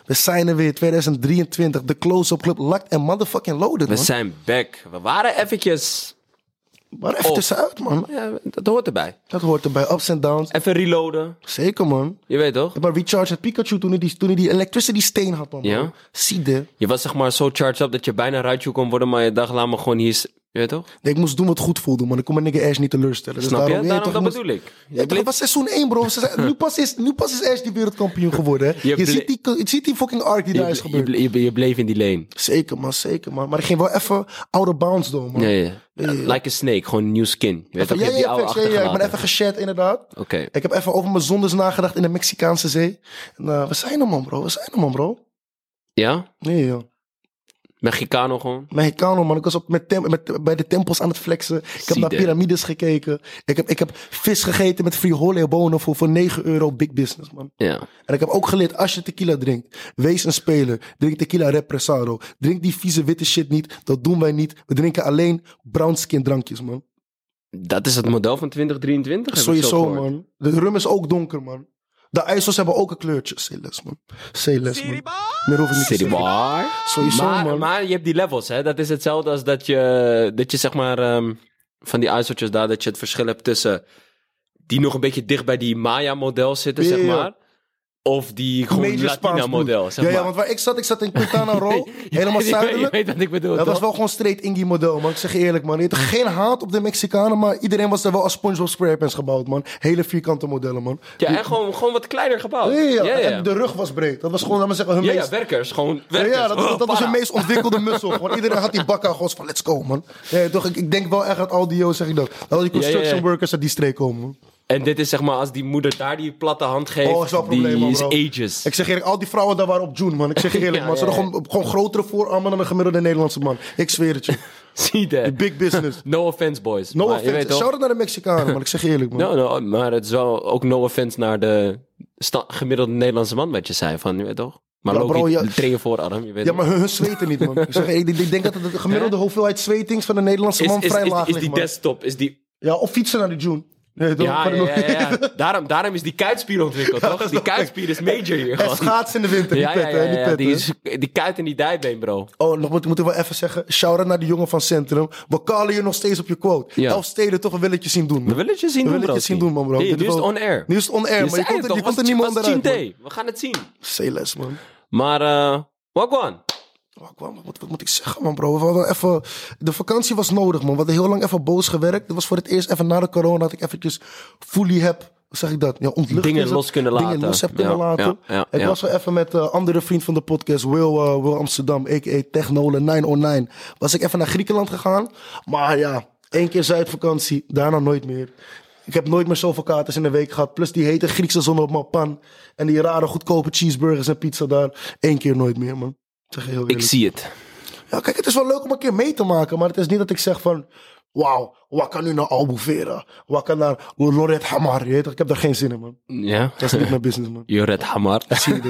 We zijn er weer, 2023. De Close-Up Club locked en motherfucking loaded, man. We zijn back. We waren eventjes... Maar even tussenuit, man. Ja, dat hoort erbij. Dat hoort erbij, ups en downs. Even reloaden. Zeker, man. Je weet toch? Ik heb maar recharged met Pikachu toen hij die electricity steen had, man. Ja. Zie je. Je was zeg maar zo charged up dat je bijna Raichu kon worden, maar je dacht, laat me gewoon hier... Je weet toch? Nee, ik moest doen wat goed voelde, man. Ik kon mijn nigga Ash niet teleurstellen. Dus Snap je? daarom Dat bedoel ik. Ja, dat was seizoen 1, bro. Nu pas is Ash die wereldkampioen geworden, hè. Je ziet die fucking arc die daar is gebeurd. Je bleef in die lane. Zeker, man. Maar ik ging wel even out of bounds doen, man. Ja. Like a snake, gewoon een nieuw skin. Je weet toch? Je hebt die oude ik achtergelaten. ben even geshat, inderdaad. Oké. Ik heb even over mijn zondes nagedacht in de Mexicaanse zee. En, we zijn er, man, bro. Ja? Nee, joh. Mexicano gewoon. Mexicano, man. Ik was bij de tempels aan het flexen. Ik heb naar piramides gekeken. Ik heb vis gegeten met frijole bonen voor €9. Big business, man. Ja. En ik heb ook geleerd, als je tequila drinkt, wees een speler. Drink tequila represado. Drink die vieze witte shit niet. Dat doen wij niet. We drinken alleen brown skin drankjes, man. Dat is het model van 2023. Sowieso, man. De rum is ook donker, man. De ijsels hebben ook een kleurtje. Say less, man. Meer hoef ik niet te City zeggen. bar. Sowieso, man. Maar je hebt die levels, hè. Dat is hetzelfde als dat je zeg maar... van die ijseltjes daar, dat je het verschil hebt tussen... die nog een beetje dicht bij die Maya-model zitten, zeg maar... Of die gewoon Latina-model, zeg maar. Ja, want waar ik zat in Quintana Roo, helemaal zuidelijk. Je weet wat ik bedoel, Dat toch? was wel gewoon straight Ingi-model, man. Ik zeg je eerlijk, man. Je hebt geen haat op de Mexicanen, maar iedereen was er wel als SpongeBob SquarePants gebouwd, man. Hele vierkante modellen, man. Ja, en gewoon wat kleiner gebouwd. Ja. En de rug was breed. Dat was gewoon, laat maar zeggen, hun meest... werkers. Gewoon werkers. Ja, dat was hun meest ontwikkelde muscle. Gewoon iedereen had die bakken gewoon van, let's go, man. Ja, toch, ik denk wel echt dat al die, zeg ik dat, al die construction workers uit die streek komen, man. En dit is zeg maar, als die moeder daar die platte hand geeft, is wel een probleem, man, bro. die is ages. Ik zeg eerlijk, al die vrouwen daar waren op June, man. Ik zeg je eerlijk, man. Ze hadden gewoon grotere voorarmen dan een gemiddelde Nederlandse man. Ik zweer het je. Zie dat. Die big business. No offense, boys. No maar, offense. Shout-out naar de Mexicanen, man. Ik zeg je eerlijk, man. No, maar het is wel ook no offense naar de gemiddelde Nederlandse man, wat je zei. Van, je weet toch? Maar Loki, train je voorarm, je weet ja, maar hun zweten niet, man. Ik denk dat de gemiddelde hoeveelheid zwetings van de Nederlandse man vrij laag ligt, is die man. desktop, is die... Ja, of fietsen naar de June. Nee, ja. Daarom is die kuitspier ontwikkeld, toch? Die kuitspier is major hier. En schaatsen in de winter, die kuit en die dijbeen, bro. Oh, nog moet ik wel even zeggen. Shout-out naar die jongen van Centrum. We callen je nog steeds op je quote. Ja. 11 steden toch, we willen het je zien doen, man. We willen het je zien doen, bro. man, bro. Hey, nu is het on-air. Nu is het on-air, maar je komt er niet meer onderuit, man. We gaan het zien. Say less, man. Maar, Wagwan. Wat moet ik zeggen, man, bro? We hadden even... De vakantie was nodig, man. We hadden heel lang even boos gewerkt. Dat was voor het eerst even na de corona dat ik eventjes fully heb... Hoe zeg ik dat? Ja, ontlucht. Dingen los kunnen laten. Dingen los heb kunnen laten. Ik was wel even met andere vriend van de podcast, Will Amsterdam, a.k.a. Technolen 909. Was ik even naar Griekenland gegaan. Maar ja, 1 keer Zuidvakantie, daarna nooit meer. Ik heb nooit meer zoveel katers in de week gehad. Plus die hete Griekse zon op mijn pan. En die rare goedkope cheeseburgers en pizza daar. 1 keer nooit meer, man. Zeg heel ik zie het. Ja, kijk, het is wel leuk om een keer mee te maken. Maar het is niet dat ik zeg van... Wauw, wat kan nu naar Albufeira? Wat kan naar Loret Hamar? Ik heb daar geen zin in, man. Ja? Dat is niet mijn business, man. Loret Hamar.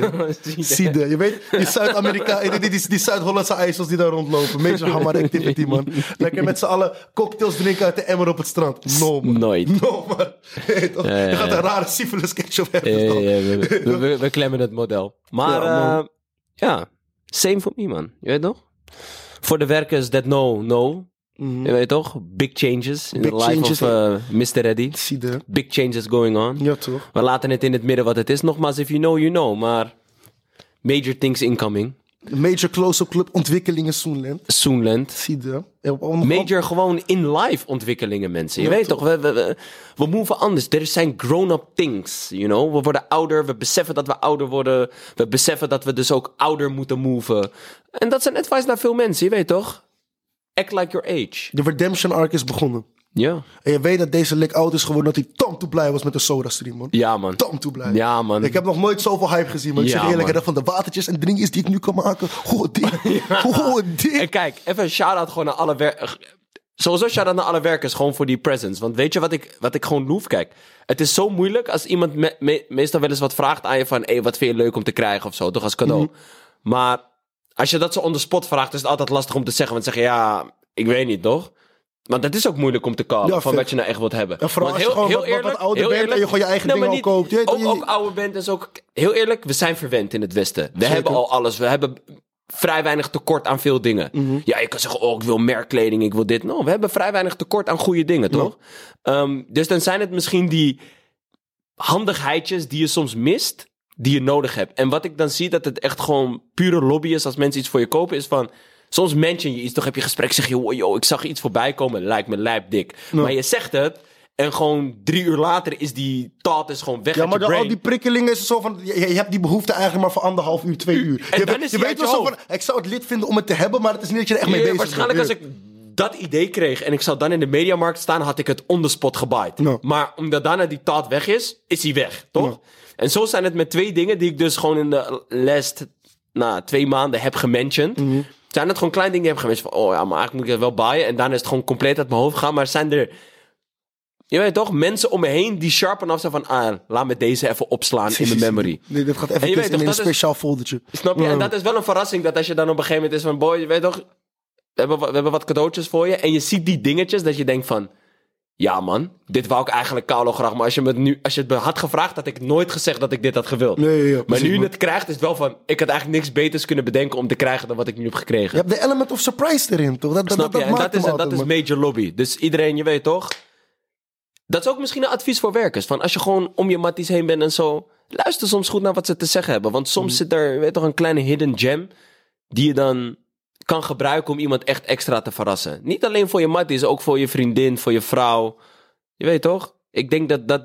Zie je. Je weet, die Zuid-Amerika... Die Zuid-Hollandse ijsels die daar rondlopen. Major Hamar activity, man. Lekker met z'n allen cocktails drinken uit de emmer op het strand. No, man. Nooit. No, man. Je gaat een rare syphilis ketchup hebben. We klemmen het model. Maar ja, same for me, man. Je weet nog? Voor de werkers that know. Mm-hmm. Je weet toch? Big changes in the life of Mr. Reddy. Big changes going on. Ja, toch? We laten het in het midden wat het is. Nogmaals, if you know, you know. Maar major things incoming. Major close-up club ontwikkelingen Soenland. Major gewoon in life ontwikkelingen, mensen. Je weet toch, we moven anders. Er zijn grown-up things, you know. We worden ouder, we beseffen dat we ouder worden. We beseffen dat we dus ook ouder moeten moven. En dat zijn advice naar veel mensen, je weet toch? Act like your age. De redemption arc is begonnen. Ja. En je weet dat deze lik oud is geworden dat hij tam toe blij was met de SodaStream, man. Ja, man. Tam toe blij. Ja, man. Ik heb nog nooit zoveel hype gezien, man. Ik zeg eerlijk, dat van de watertjes en drinkjes die ik nu kan maken. Dik. En kijk, even een shout-out gewoon naar alle werkers. Sowieso shout-out naar alle werkers, gewoon voor die presence. Want weet je wat ik gewoon loef? Kijk, het is zo moeilijk als iemand meestal wel eens wat vraagt aan je van... Hey, wat vind je leuk om te krijgen of zo, toch als cadeau. Mm-hmm. Maar als je dat zo on the spot vraagt, is het altijd lastig om te zeggen. Want zeggen, ja, ik weet niet, toch? Want het is ook moeilijk om te callen van wat je nou echt wilt hebben. En vooral als je gewoon wat ouder bent en je gewoon je eigen dingen al koopt. Ook ouder bent is ook... Heel eerlijk, we zijn verwend in het Westen. We hebben al alles. We hebben vrij weinig tekort aan veel dingen. Mm-hmm. Ja, je kan zeggen, ik wil merkkleding, ik wil dit. No, we hebben vrij weinig tekort aan goede dingen, toch? Dus dan zijn het misschien die handigheidjes die je soms mist, die je nodig hebt. En wat ik dan zie, dat het echt gewoon pure lobby is als mensen iets voor je kopen, is van... Soms mention je iets, toch heb je gesprek, zeg je... Yo, ik zag iets voorbij komen, lijkt me lijpdik. No. Maar je zegt het... En gewoon 3 uur later is die thought is gewoon weg uit je brain. Ja, maar al die prikkelingen is zo van... Je hebt die behoefte eigenlijk maar voor 1,5 uur, 2 uur. En je weet wel zo van... Ik zou het lid vinden om het te hebben, maar het is niet dat je er echt mee bezig bent. Waarschijnlijk als ik dat idee kreeg en ik zou dan in de mediamarkt staan... had ik het on the spot gebaaid. No. Maar omdat daarna die thought weg is hij weg, toch? No. En zo zijn het met 2 dingen die ik dus gewoon in de last 2 maanden heb gementioned... Mm-hmm. Zijn het gewoon kleine dingen die heb geweest van... maar eigenlijk moet ik het wel baaien. En daarna is het gewoon compleet uit mijn hoofd gegaan. Maar zijn er... Je weet toch, mensen om me heen die sharpen af zijn van... laat me deze even opslaan in mijn memory. Nee, dat gaat even in een speciaal foldertje. Snap je? En dat is wel een verrassing dat als je dan op een gegeven moment is van... Boy, je weet toch, we hebben wat cadeautjes voor je. En je ziet die dingetjes dat je denkt van... Ja man, dit wou ik eigenlijk koude graag. Maar als je het me had gevraagd, had ik nooit gezegd dat ik dit had gewild. Nee, maar nu je het krijgt, is het wel van... Ik had eigenlijk niks beters kunnen bedenken om te krijgen dan wat ik nu heb gekregen. Je hebt de element of surprise erin, toch? Dat is major lobby. Dus iedereen, je weet toch... Dat is ook misschien een advies voor werkers. Van als je gewoon om je matties heen bent en zo... Luister soms goed naar wat ze te zeggen hebben. Want soms zit er, weet toch, een kleine hidden gem... die je dan kan gebruiken om iemand echt extra te verrassen. Niet alleen voor je matties, ook voor je vriendin, voor je vrouw. Je weet toch? Ik denk dat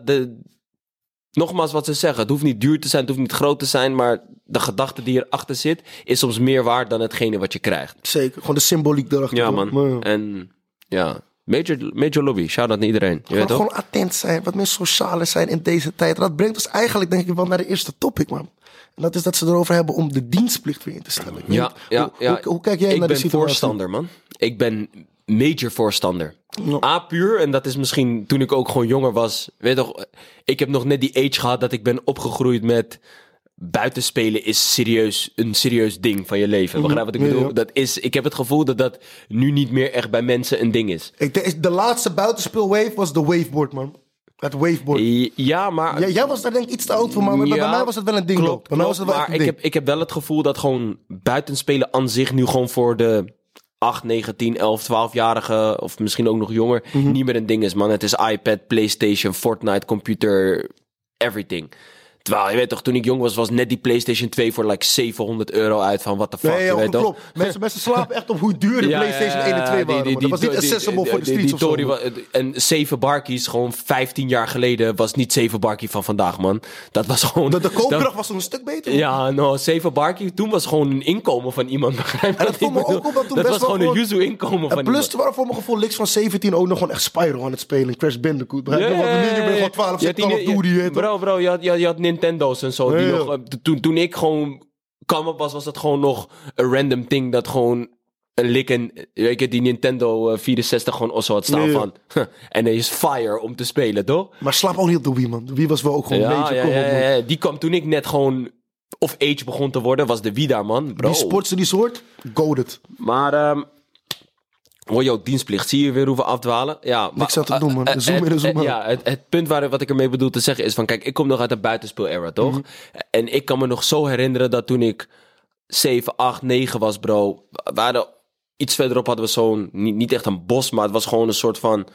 nogmaals wat ze zeggen. Het hoeft niet duur te zijn, het hoeft niet groot te zijn... maar de gedachte die erachter zit... is soms meer waard dan hetgene wat je krijgt. Zeker, gewoon de symboliek erachter. Ja, man. En ja... Major lobby, shout-out naar iedereen. Gewoon attent zijn, wat meer socialer zijn in deze tijd. En dat brengt ons eigenlijk, denk ik, wel naar de eerste topic, man. En dat is dat ze erover hebben om de dienstplicht weer in te stellen. Hoe kijk jij naar de situatie? Ik ben voorstander, man. Ik ben major voorstander. No. Puur, en dat is misschien toen ik ook gewoon jonger was. Weet toch, ik heb nog net die age gehad dat ik ben opgegroeid met... Buitenspelen is een serieus ding van je leven. Begrijp wat ik bedoel? Ja. Ik heb het gevoel dat nu niet meer echt bij mensen een ding is. De laatste buitenspeelwave was de waveboard, man. Het waveboard. Ja, maar... Jij was daar denk ik iets te oud voor, maar bij mij was het wel een ding. Klopt, maar ik heb wel het gevoel dat gewoon buitenspelen aan zich nu gewoon voor de 8, 9, 10, 11, 12-jarigen... of misschien ook nog jonger, niet meer een ding is, man. Het is iPad, PlayStation, Fortnite, computer, everything... Terwijl, je weet toch, toen ik jong was net die PlayStation 2 voor like €700 uit van what the fuck. Nee, weet toch? Mensen slapen echt op hoe duur de PlayStation 1 en 2 waren. Dat was niet accessible voor de streets of zo. En 7 barkies, gewoon 15 jaar geleden, was niet 7 barkie van vandaag, man. Dat was gewoon... De koopkracht was toen een stuk beter. Man. Ja, 7 barkie, toen was gewoon een inkomen van iemand. En dat vond me ook op dat toen dat was gewoon een yuzu inkomen van plus, er waren voor mijn gevoel Lex van 17 ook nog gewoon echt Spyro aan het spelen. Crash Bandicoot. Je bent gewoon 12, je Call of Duty. Bro, je had Nintendo's en zo. Die nog, toen ik gewoon come up was dat gewoon nog een random thing dat gewoon een lik en weet je, die Nintendo 64 gewoon also had staan van. En er is fire om te spelen, toch? Maar slaap ook niet op de Wii, man. De Wii was wel ook gewoon een beetje... Ja. Die kwam toen ik net gewoon of age begon te worden, was de Wii daar, man. Bro. Die sportse die soort, goated. Maar... hoor je ook dienstplicht? Zie je weer hoeven afdwalen? Ja, maar, ik zou het doen, man. Zoom. Ja, het punt wat ik ermee bedoel te zeggen is van... Kijk, ik kom nog uit de buitenspeel-era, toch? Mm-hmm. En ik kan me nog zo herinneren dat toen ik 7, 8, 9 was, bro... Iets verderop hadden we zo'n... Niet echt een bos, maar het was gewoon een soort van...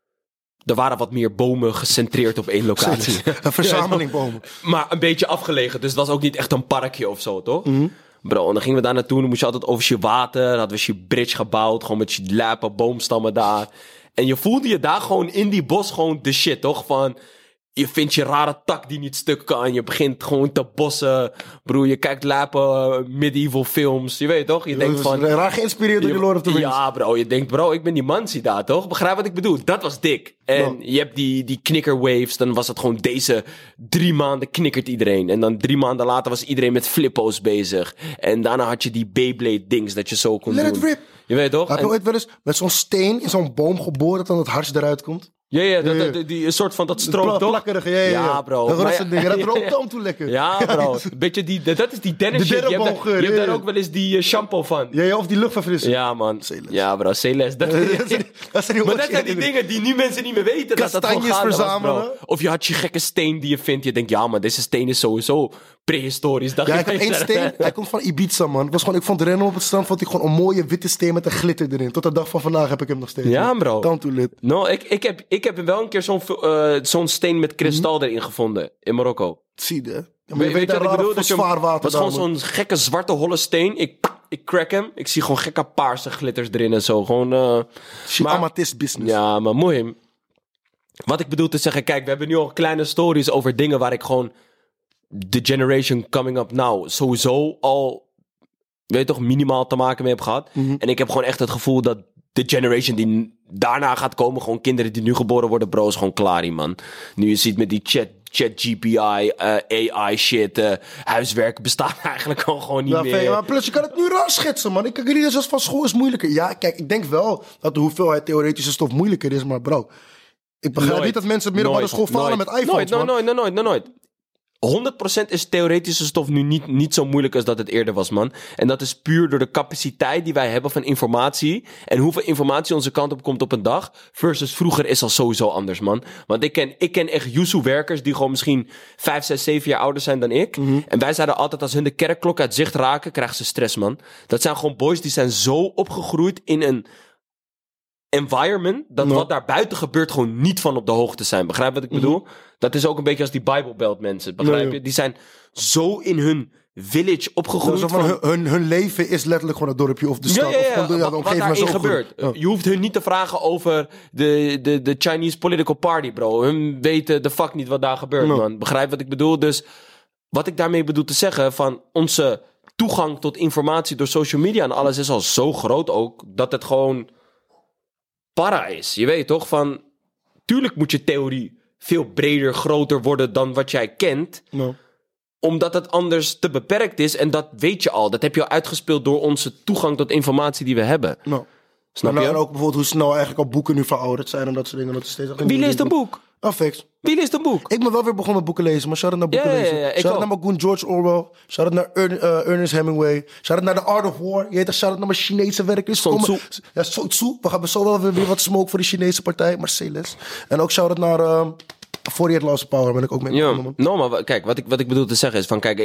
Er waren wat meer bomen gecentreerd op één locatie. Een verzameling bomen. Maar een beetje afgelegen, dus het was ook niet echt een parkje of zo, toch? Mm-hmm. Bro, en dan gingen we daar naartoe. Dan moest je altijd over je water. Dan hadden we je bridge gebouwd. Gewoon met je lijpen boomstammen daar. En je voelde je daar gewoon in die bos gewoon de shit, toch? Van, je vindt je rare tak die niet stuk kan. Je begint gewoon te bossen. Bro, je kijkt lijpen medieval films. Je weet toch? Je denkt van... Raar geïnspireerd door de Lord of the Rings. Ja, bro. Je denkt, bro, ik ben die mansie daar, toch? Begrijp wat ik bedoel? Dat was dik. En je hebt die knikker waves. Dan was het gewoon deze 3 maanden knikkert iedereen. En dan 3 maanden later was iedereen met flippo's bezig. En daarna had je die Beyblade dings dat je zo kon doen. Let it rip. Je weet toch? Heb je ooit wel eens met zo'n steen in zo'n boom geboord dat dan het hars eruit komt? Die een soort van dat stroop, toch? Plakkerige, ja, bro. Dat rosse ding, dat rookt om toe lekker. Ja, bro. Beetje dat is die Dennis shit. Je hebt daar ook wel eens die shampoo van. Ja, of die luchtverfrisser. Ja, man. Celeste. Ja, bro, Celeste. Maar dat zijn die dingen die nu mensen niet meer weten. Kastanjes verzamelen. Was, of je had je gekke steen die je vindt. Je denkt, ja, maar deze steen is sowieso prehistorisch. Ja, ik heb één steen. Hij komt van Ibiza, man. Ik vond rennen op het strand, vond ik gewoon een mooie witte steen met een glitter erin. Tot de dag van vandaag heb ik hem nog steeds. Ja, bro. Down to lit. No, ik heb wel een keer zo'n steen met kristal erin gevonden. In Marokko. Zie je, ja, maar je weet wat ik bedoel? Het was gewoon zo'n gekke zwarte holle steen. Ik crack hem. Ik zie gewoon gekke paarse glitters erin en zo. Gewoon... amatist business. Ja, maar mooi. Wat ik bedoel te zeggen, kijk, we hebben nu al kleine stories over dingen waar ik gewoon de generation coming up now sowieso al, weet je toch, minimaal te maken mee heb gehad. En ik heb gewoon echt het gevoel dat de generation die daarna gaat komen, gewoon kinderen die nu geboren worden, bro, is gewoon klaar, man. Nu je ziet met die chat GPI, AI shit, huiswerk bestaat eigenlijk al gewoon niet meer. Maar plus je kan het nu raar schetsen, man. Ik kan niet eens van school is moeilijker. Ja, kijk, ik denk wel dat de hoeveelheid theoretische stof moeilijker is, maar bro, ik begrijp niet dat mensen op middelbare school falen met iPhones, nooit. 100% is theoretische stof nu niet zo moeilijk als dat het eerder was, man. En dat is puur door de capaciteit die wij hebben van informatie. En hoeveel informatie onze kant op komt op een dag. Versus vroeger is al sowieso anders, man. Want ik ken echt Yuzu-werkers die gewoon misschien 5, 6, 7 jaar ouder zijn dan ik. En wij zeiden altijd, als hun de kerkklok uit zicht raken, krijgen ze stress, man. Dat zijn gewoon boys die zijn zo opgegroeid in een environment, dat wat daar buiten gebeurt gewoon niet van op de hoogte zijn. Begrijp wat ik bedoel? Dat is ook een beetje als die Bible Belt mensen, begrijp je? Die zijn zo in hun village opgegroeid. Hun leven is letterlijk gewoon het dorpje of de stad. Wat daarin gebeurt. Je hoeft hun niet te vragen over de Chinese political party, bro. Hun weten de fuck niet wat daar gebeurt, man. Begrijp wat ik bedoel? Dus wat ik daarmee bedoel te zeggen, van onze toegang tot informatie door social media en alles is al zo groot ook, dat het gewoon para is. Je weet toch, van tuurlijk moet je theorie veel breder, groter worden dan wat jij kent. Omdat het anders te beperkt is. En dat weet je al. Dat heb je al uitgespeeld door onze toegang tot informatie die we hebben. Snap je? En ook bijvoorbeeld hoe snel eigenlijk al boeken nu verouderd zijn en dat soort dingen. Dat is steeds Wie leest een boek? Fix. Wie leest een boek? Ik ben wel weer begonnen met boeken lezen, maar shout-out naar boeken lezen. Shout-out naar mijn George Orwell. Shout-out naar Ernest Hemingway. Shout-out naar The Art of War. Je weet toch, shout-out naar mijn Chinese werkers. Sun Tzu. Ja, Sun Tzu. We gaan zo wel weer wat smoke voor de Chinese partij, Marcellus. En ook shout-out naar For the Lost Power ben ik ook mee begonnen. No, maar kijk, wat ik bedoel te zeggen is van, kijk,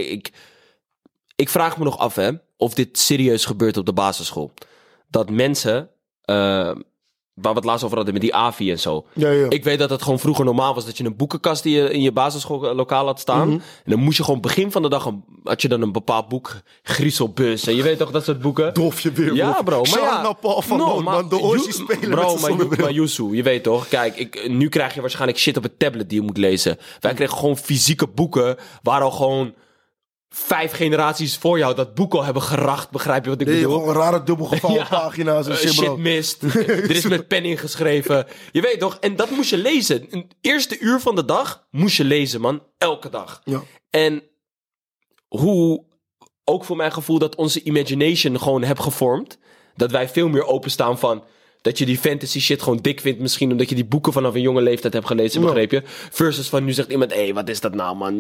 ik vraag me nog af, hè, of dit serieus gebeurt op de basisschool. Dat mensen, waar we het laatst over hadden met die AVI en zo. Ja. Ik weet dat het gewoon vroeger normaal was dat je een boekenkast die je in je basisschoollokaal had staan. En dan moest je gewoon begin van de dag, had je dan een bepaald boek, Griezelbus. En je weet toch, dat soort boeken. Dofje weer. Ja, bro. Maar ja, nou Paul van Loon, man. De Oorzie spelen bro, maar Yusu, je weet toch. Kijk, nu krijg je waarschijnlijk shit op het tablet die je moet lezen. Wij kregen gewoon fysieke boeken waar al gewoon 5 generaties voor jou dat boek al hebben geracht, begrijp je wat ik bedoel? Gewoon rare dubbelgevouwen pagina's en shit mist. Er is met pen ingeschreven. Je weet toch? En dat moest je lezen. Een eerste uur van de dag moest je lezen, man. Elke dag. Ja. En hoe, ook voor mijn gevoel, dat onze imagination gewoon heb gevormd. Dat wij veel meer openstaan van dat je die fantasy shit gewoon dik vindt. Misschien omdat je die boeken vanaf een jonge leeftijd hebt gelezen, begreep je? Versus van nu zegt iemand, hé, wat is dat nou, man?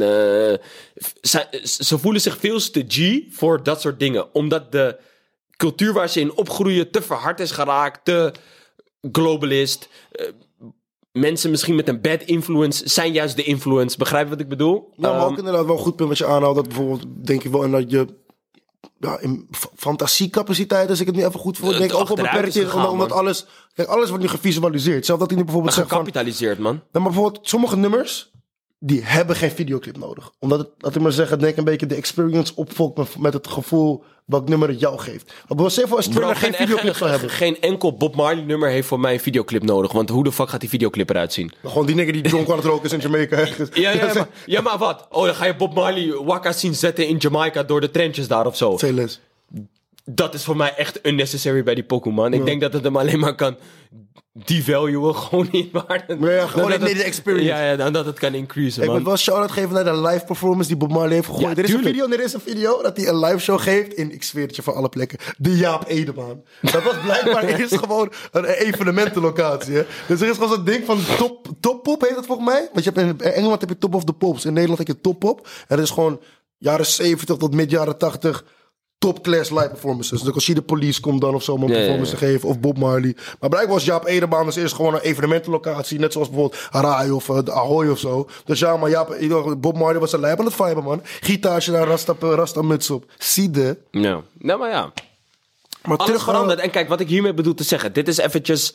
Ze voelen zich veel te G voor dat soort dingen. Omdat de cultuur waar ze in opgroeien te verhard is geraakt, te globalist. Mensen misschien met een bad influence zijn juist de influence. Begrijp je wat ik bedoel? Ja, maar ook inderdaad wel een goed punt wat je aanhaalt. Dat bijvoorbeeld, denk ik wel, en dat je in fantasiecapaciteit, als ik het nu even goed voor denk, ook wel beperkt is. Omdat alles wordt nu gevisualiseerd. Zelfs dat hij nu bijvoorbeeld zegt van, gecapitaliseerd, man. Maar bijvoorbeeld, sommige nummers, die hebben geen videoclip nodig. Omdat het, laat ik maar zeggen, denk een beetje de experience opvolgt met het gevoel welk nummer het jou geeft. Maar bijvoorbeeld, als Thriller geen videoclip zou hebben. Geen enkel Bob Marley nummer heeft voor mij een videoclip nodig. Want hoe de fuck gaat die videoclip eruit zien? Gewoon die nigger die jonk aan het roken is in Jamaica. Ja, maar wat? Oh, dan ga je Bob Marley wakka zien zetten in Jamaica door de trenches daar of zo. Veel les. Dat is voor mij echt unnecessary bij die Pokémon. Ik denk dat het hem alleen maar kan devaluen, gewoon niet waarde. Maar ja, gewoon de experience. Ja, dan dat het kan increasen, man. Ik moet wel shout-out geven naar de live performance die Bob Marley heeft gegooid. Ja, er is een video dat hij een live show geeft in, ik zweer het je, van alle plekken, de Jaap Edemaan. Dat was blijkbaar eerst gewoon een evenementenlocatie. Hè? Dus er is gewoon zo'n ding van Top Pop heet het volgens mij. Want je hebt in Engeland heb je Top of the Pops, in Nederland heb je Top Pop. En dat is gewoon jaren 70 tot mid jaren 80... top-class live performances. Dus als je de Police komt dan of zo om een performance te geven. Of Bob Marley. Maar blijkbaar was Jaap Edebaan dus eerst gewoon een evenementenlocatie. Net zoals bijvoorbeeld Harai of de Ahoy of zo. Dus ja, maar Bob Marley was een lijp aan het viben, man. Gitaartje daar, rasta muts op. Zie de. Ja, nou maar ja. Maar alles veranderd. En kijk, wat ik hiermee bedoel te zeggen. Dit is eventjes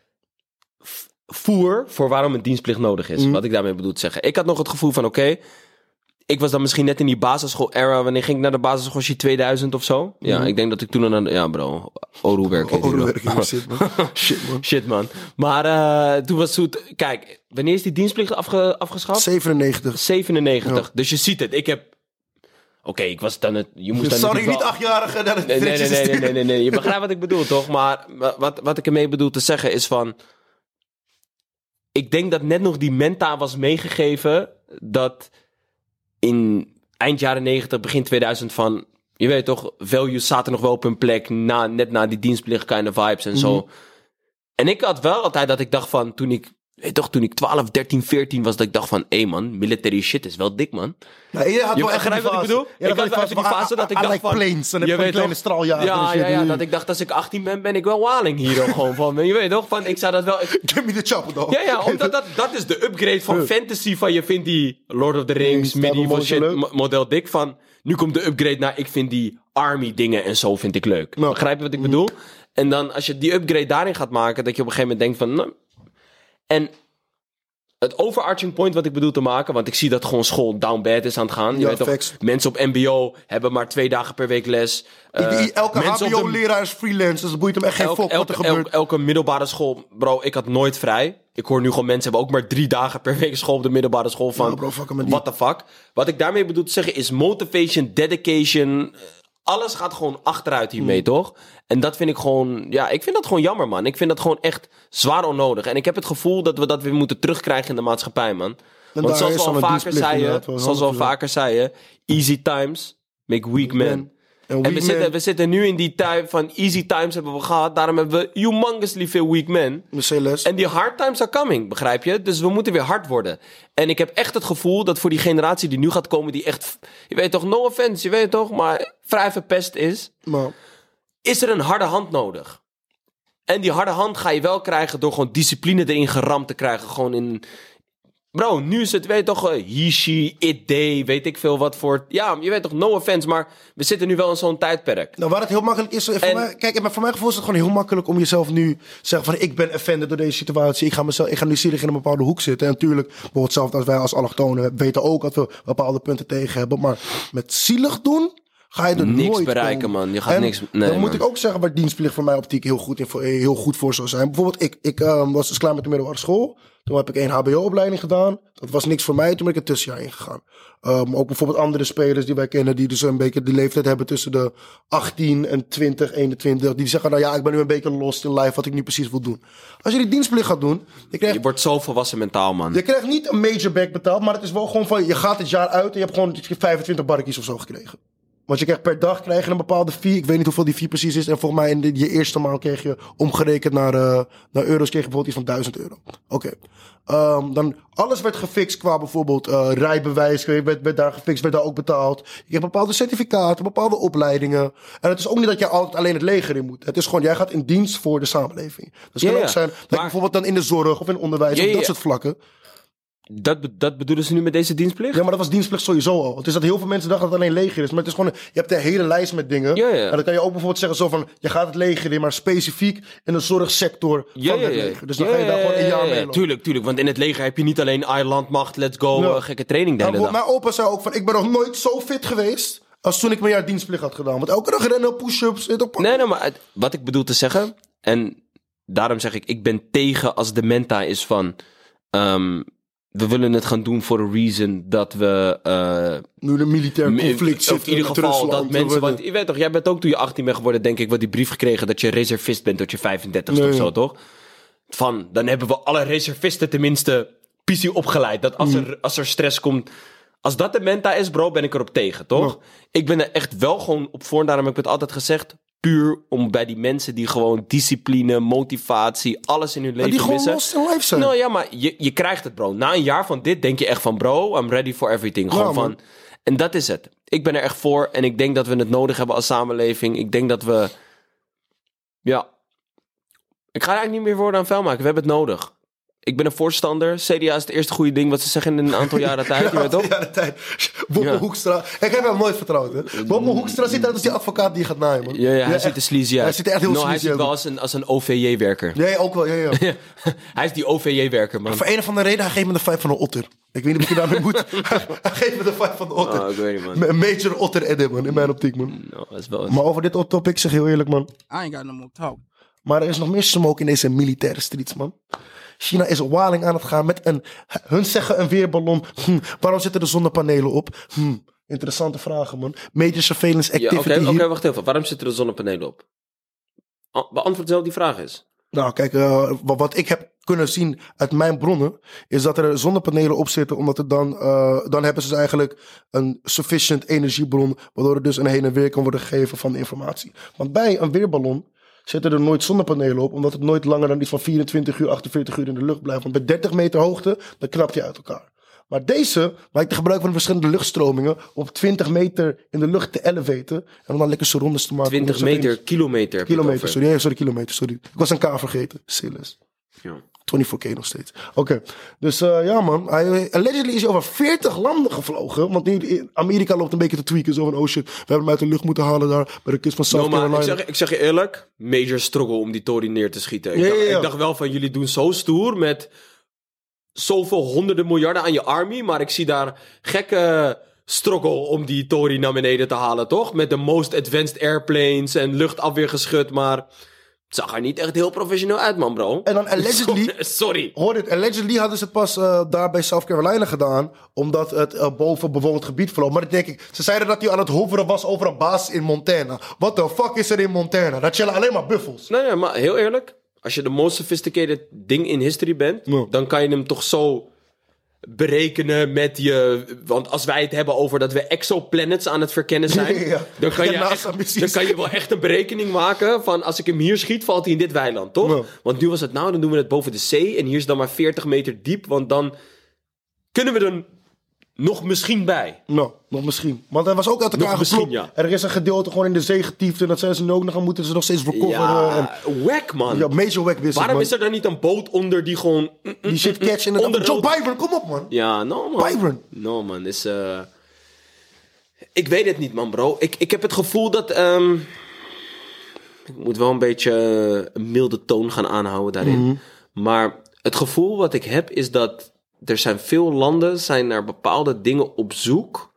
voer voor waarom een dienstplicht nodig is. Wat ik daarmee bedoel te zeggen. Ik had nog het gevoel van oké, ik was dan misschien net in die basisschool-era. Wanneer ging ik naar de basisschool? 2000 of zo? Ja, ik denk dat ik toen aan... Ja, bro. Oru-werk. Shit, man. Maar toen was het... Kijk, wanneer is die dienstplicht afgeschaft? 97. Ja. Dus je ziet het. Ik heb... Oké, ik was dan het... Je moest dan sorry, niet 8-jarige naar het Nee. Je begrijpt wat ik bedoel, toch? Maar wat ik ermee bedoel te zeggen is van... Ik denk dat net nog die menta was meegegeven dat... in eind jaren 90, begin 2000 van... Je weet toch, values zaten nog wel op hun plek... net na die dienstplicht kind of vibes en zo. En ik had wel altijd dat ik dacht van... Toen ik 12, 13, 14 was... dat ik dacht van... man, military shit is wel dik, man. Nou, je had wel echt begrijpt wat ik bedoel? Ja, ik had wel even die fase dat ik dacht van... planes, en je weet kleine straaljager. Ja, dat ik dacht als ik 18 ben ik wel waling hier ook gewoon van. Je weet toch, van ik zou dat wel... Give me the chopper, dog. Ja, omdat dat is de upgrade van fantasy van je vindt die Lord of the Rings, medieval shit, model dik van... Nu komt de upgrade naar ik vind die army dingen en zo vind ik leuk. Nou, begrijp je wat ik bedoel? En dan als je die upgrade daarin gaat maken, dat je op een gegeven moment denkt van... Nou, en het overarching point wat ik bedoel te maken... want ik zie dat gewoon school down bad is aan het gaan. Je weet toch, mensen op mbo hebben maar 2 dagen per week les. Elke hbo-leraar is freelance, dus het boeit hem echt geen fok wat er gebeurt. Elke middelbare school, bro, ik had nooit vrij. Ik hoor nu gewoon mensen hebben ook maar 3 dagen per week school op de middelbare school van... Ja, bro, what the fuck? Wat ik daarmee bedoel te zeggen is motivation, dedication... Alles gaat gewoon achteruit hiermee, toch? En dat vind ik gewoon... Ja, ik vind dat gewoon jammer, man. Ik vind dat gewoon echt zwaar onnodig. En ik heb het gevoel dat we dat weer moeten terugkrijgen in de maatschappij, man. Want zoals we al vaker zeiden... Easy times make weak men. En we zitten nu in die tijd van easy times hebben we gehad. Daarom hebben we humongously veel weak men. En die hard times are coming, begrijp je? Dus we moeten weer hard worden. En ik heb echt het gevoel dat voor die generatie die nu gaat komen... die echt, je weet toch, no offense, je weet toch... maar vrij verpest is... is er een harde hand nodig. En die harde hand ga je wel krijgen... door gewoon discipline erin geramd te krijgen. Gewoon in... Bro, nu is het, weet je toch, he, she, it, they, weet ik veel wat voor... Ja, je weet toch, no offense, maar we zitten nu wel in zo'n tijdperk. Nou, waar het heel makkelijk is... Voor mijn gevoel is het gewoon heel makkelijk om jezelf nu te zeggen van... Ik ben offended door deze situatie, ik ga nu zielig in een bepaalde hoek zitten. En natuurlijk, bijvoorbeeld hetzelfde als wij als allochtonen weten ook dat we bepaalde punten tegen hebben. Maar met zielig doen... ga je er niks nooit bereiken, komen. man. Je gaat niks... Nee, dan moet ik ook zeggen waar dienstplicht voor mij optiek heel goed voor zou zijn. Bijvoorbeeld, ik was dus klaar met de middelbare school. Toen heb ik 1 hbo-opleiding gedaan. Dat was niks voor mij. Toen ben ik een tussenjaar ingegaan. Maar ook bijvoorbeeld andere spelers die wij kennen... die dus een beetje de leeftijd hebben tussen de 18 en 20, 21... die zeggen, nou ja, ik ben nu een beetje lost in life... wat ik nu precies wil doen. Als je die dienstplicht gaat doen... Je wordt zo volwassen mentaal, man. Je krijgt niet een major back betaald... maar het is wel gewoon van... je gaat het jaar uit en je hebt gewoon 25 barretjes of zo gekregen. Want je krijgt per dag een bepaalde fee. Ik weet niet hoeveel die fee precies is. En volgens mij in je eerste maand kreeg je omgerekend naar euro's... kreeg je bijvoorbeeld iets van 1000 euro. Oké. Dan alles werd gefixt qua bijvoorbeeld rijbewijs. Werd daar gefixt, werd daar ook betaald. Je kreeg bepaalde certificaten, bepaalde opleidingen. En het is ook niet dat je altijd alleen het leger in moet. Het is gewoon, jij gaat in dienst voor de samenleving. Dus het kan ook zijn dat je bijvoorbeeld dan in de zorg of in onderwijs... of dat soort vlakken... Dat bedoelen ze nu met deze dienstplicht? Ja, maar dat was dienstplicht sowieso al. Het is dat heel veel mensen dachten dat het alleen leger is. Maar het is gewoon, je hebt een hele lijst met dingen. Ja. En dan kan je ook bijvoorbeeld zeggen zo van... je gaat het leger in, maar specifiek in de zorgsector van het leger. Dus dan ga je daar gewoon een jaar mee lopen. Tuurlijk. Want in het leger heb je niet alleen landmacht, let's go, gekke training de hele dag. Mijn opa zei ook van... ik ben nog nooit zo fit geweest... als toen ik mijn jaar dienstplicht had gedaan. Want elke dag rennen, push-ups... Nee, maar wat ik bedoel te zeggen... en daarom zeg ik ben tegen als de menta is van... we willen het gaan doen voor een reason dat we... nu een militair conflict zit. In ieder geval dat mensen... Want je weet toch, jij bent ook toen je 18 bent geworden, denk ik, wat die brief gekregen dat je reservist bent tot je 35ste of zo, toch? Dan hebben we alle reservisten tenminste pissie opgeleid. Dat als er stress komt... Als dat de menta is, bro, ben ik erop tegen, toch? Ja. Ik ben er echt wel gewoon op voor. En daarom heb ik het altijd gezegd. Puur om bij die mensen die gewoon discipline, motivatie, alles in hun leven missen. Die gewoon lost in life zijn. Nou ja, maar je krijgt het, bro. Na een jaar van dit denk je echt van, bro, I'm ready for everything. Gewoon van... En dat is het. Ik ben er echt voor. En ik denk dat we het nodig hebben als samenleving. Ik denk dat we... Ja. Ik ga er eigenlijk niet meer woorden aan vuil maken. We hebben het nodig. Ik ben een voorstander. CDA is het eerste goede ding wat ze zeggen in een aantal jaren tijd. Je weet toch? Jaren tijd. Boppe Hoekstra. Ik heb hem nooit vertrouwd, hè. Boppe Hoekstra ziet eruit als die advocaat die gaat naaien, man. Ja, hij ziet er sleazy uit. Hij ziet er echt heel sleazy uit. Hij ziet wel als een OVJ-werker. Nee, ook wel, ja. Hij is die OVJ-werker, man. Voor een of andere reden, hij geeft me de vibe van een otter. Ik weet niet of je daarmee moet. Hij geeft me de vibe van de otter. Oh, ik weet niet, man. Een major otter edit, man. In mijn optiek, man. No, dat is wel... Maar over dit topic, zeg heel eerlijk, man. I ain't got no more talk. Maar er is nog meer smoke in deze militaire streets, man. China is waling aan het gaan met hun zeggen een weerballon. Waarom zitten er zonnepanelen op? Interessante vragen, man. Major surveillance activity. Oké, wacht even. Waarom zitten er zonnepanelen op? Beantwoord zelf die vraag eens. Nou, kijk, wat ik heb kunnen zien uit mijn bronnen, is dat er zonnepanelen op zitten, omdat er dan hebben ze dus eigenlijk een sufficient energiebron, waardoor er dus een heen en weer kan worden gegeven van de informatie. Want bij een weerballon zitten er nooit zonnepanelen op, omdat het nooit langer dan iets van 24 uur, 48 uur in de lucht blijft. Want bij 30 meter hoogte, dan knapt hij uit elkaar. Maar deze maakt de gebruik van verschillende luchtstromingen op 20 meter in de lucht te elevaten. En om dan lekker zo rondes te maken. 20 meter, kilometer. Kilometer, sorry. Ik was een K vergeten. Silles. Ja. 24K nog steeds. Oké. Dus ja, man. Allegedly is hij over 40 landen gevlogen. Want nu Amerika loopt een beetje te tweaken. Zo van, oh shit, we hebben hem uit de lucht moeten halen daar bij de kust van South Carolina. Ik zeg je eerlijk, major struggle om die Tory neer te schieten. Ja. Ik dacht wel van, jullie doen zo stoer met zoveel honderden miljarden aan je army. Maar ik zie daar gekke struggle om die Tory naar beneden te halen, toch? Met de most advanced airplanes en luchtafweergeschut, maar... Het zag er niet echt heel professioneel uit, man, bro. En dan allegedly... Sorry. Hoor dit, allegedly hadden ze het pas daar bij South Carolina gedaan, omdat het boven bewoond gebied vloog. Maar dan denk ik, ze zeiden dat hij aan het hoveren was over een basis in Montana. What the fuck is er in Montana? Dat chillen alleen maar buffels. Nee, maar heel eerlijk. Als je de most sophisticated ding in history bent, dan kan je hem toch zo berekenen met je... Want als wij het hebben over dat we exoplanets aan het verkennen zijn... Dan kan je wel echt een berekening maken van... Als ik hem hier schiet, valt hij in dit weiland, toch? Ja. Want nu was het dan doen we het boven de zee... en hier is dan maar 40 meter diep... want dan kunnen we er nog misschien bij. Nou, nog misschien. Want hij was ook uit elkaar geklopt. Ja. Er is een gedeelte gewoon in de zee getiefd... en dat zijn ze nu ook nog gaan moeten ze nog steeds recoveren. Ja, wack, man. Ja, major wack business, Waarom is er dan niet een boot onder die gewoon... Die shit catch in het... Joe Biden, kom op, man. Ja, no, man. Byron. No, man. Is, ik weet het niet, man, bro. Ik heb het gevoel dat... Ik moet wel een beetje een milde toon gaan aanhouden daarin. Mm-hmm. Maar het gevoel wat ik heb is dat... Er zijn veel landen, zijn naar bepaalde dingen op zoek.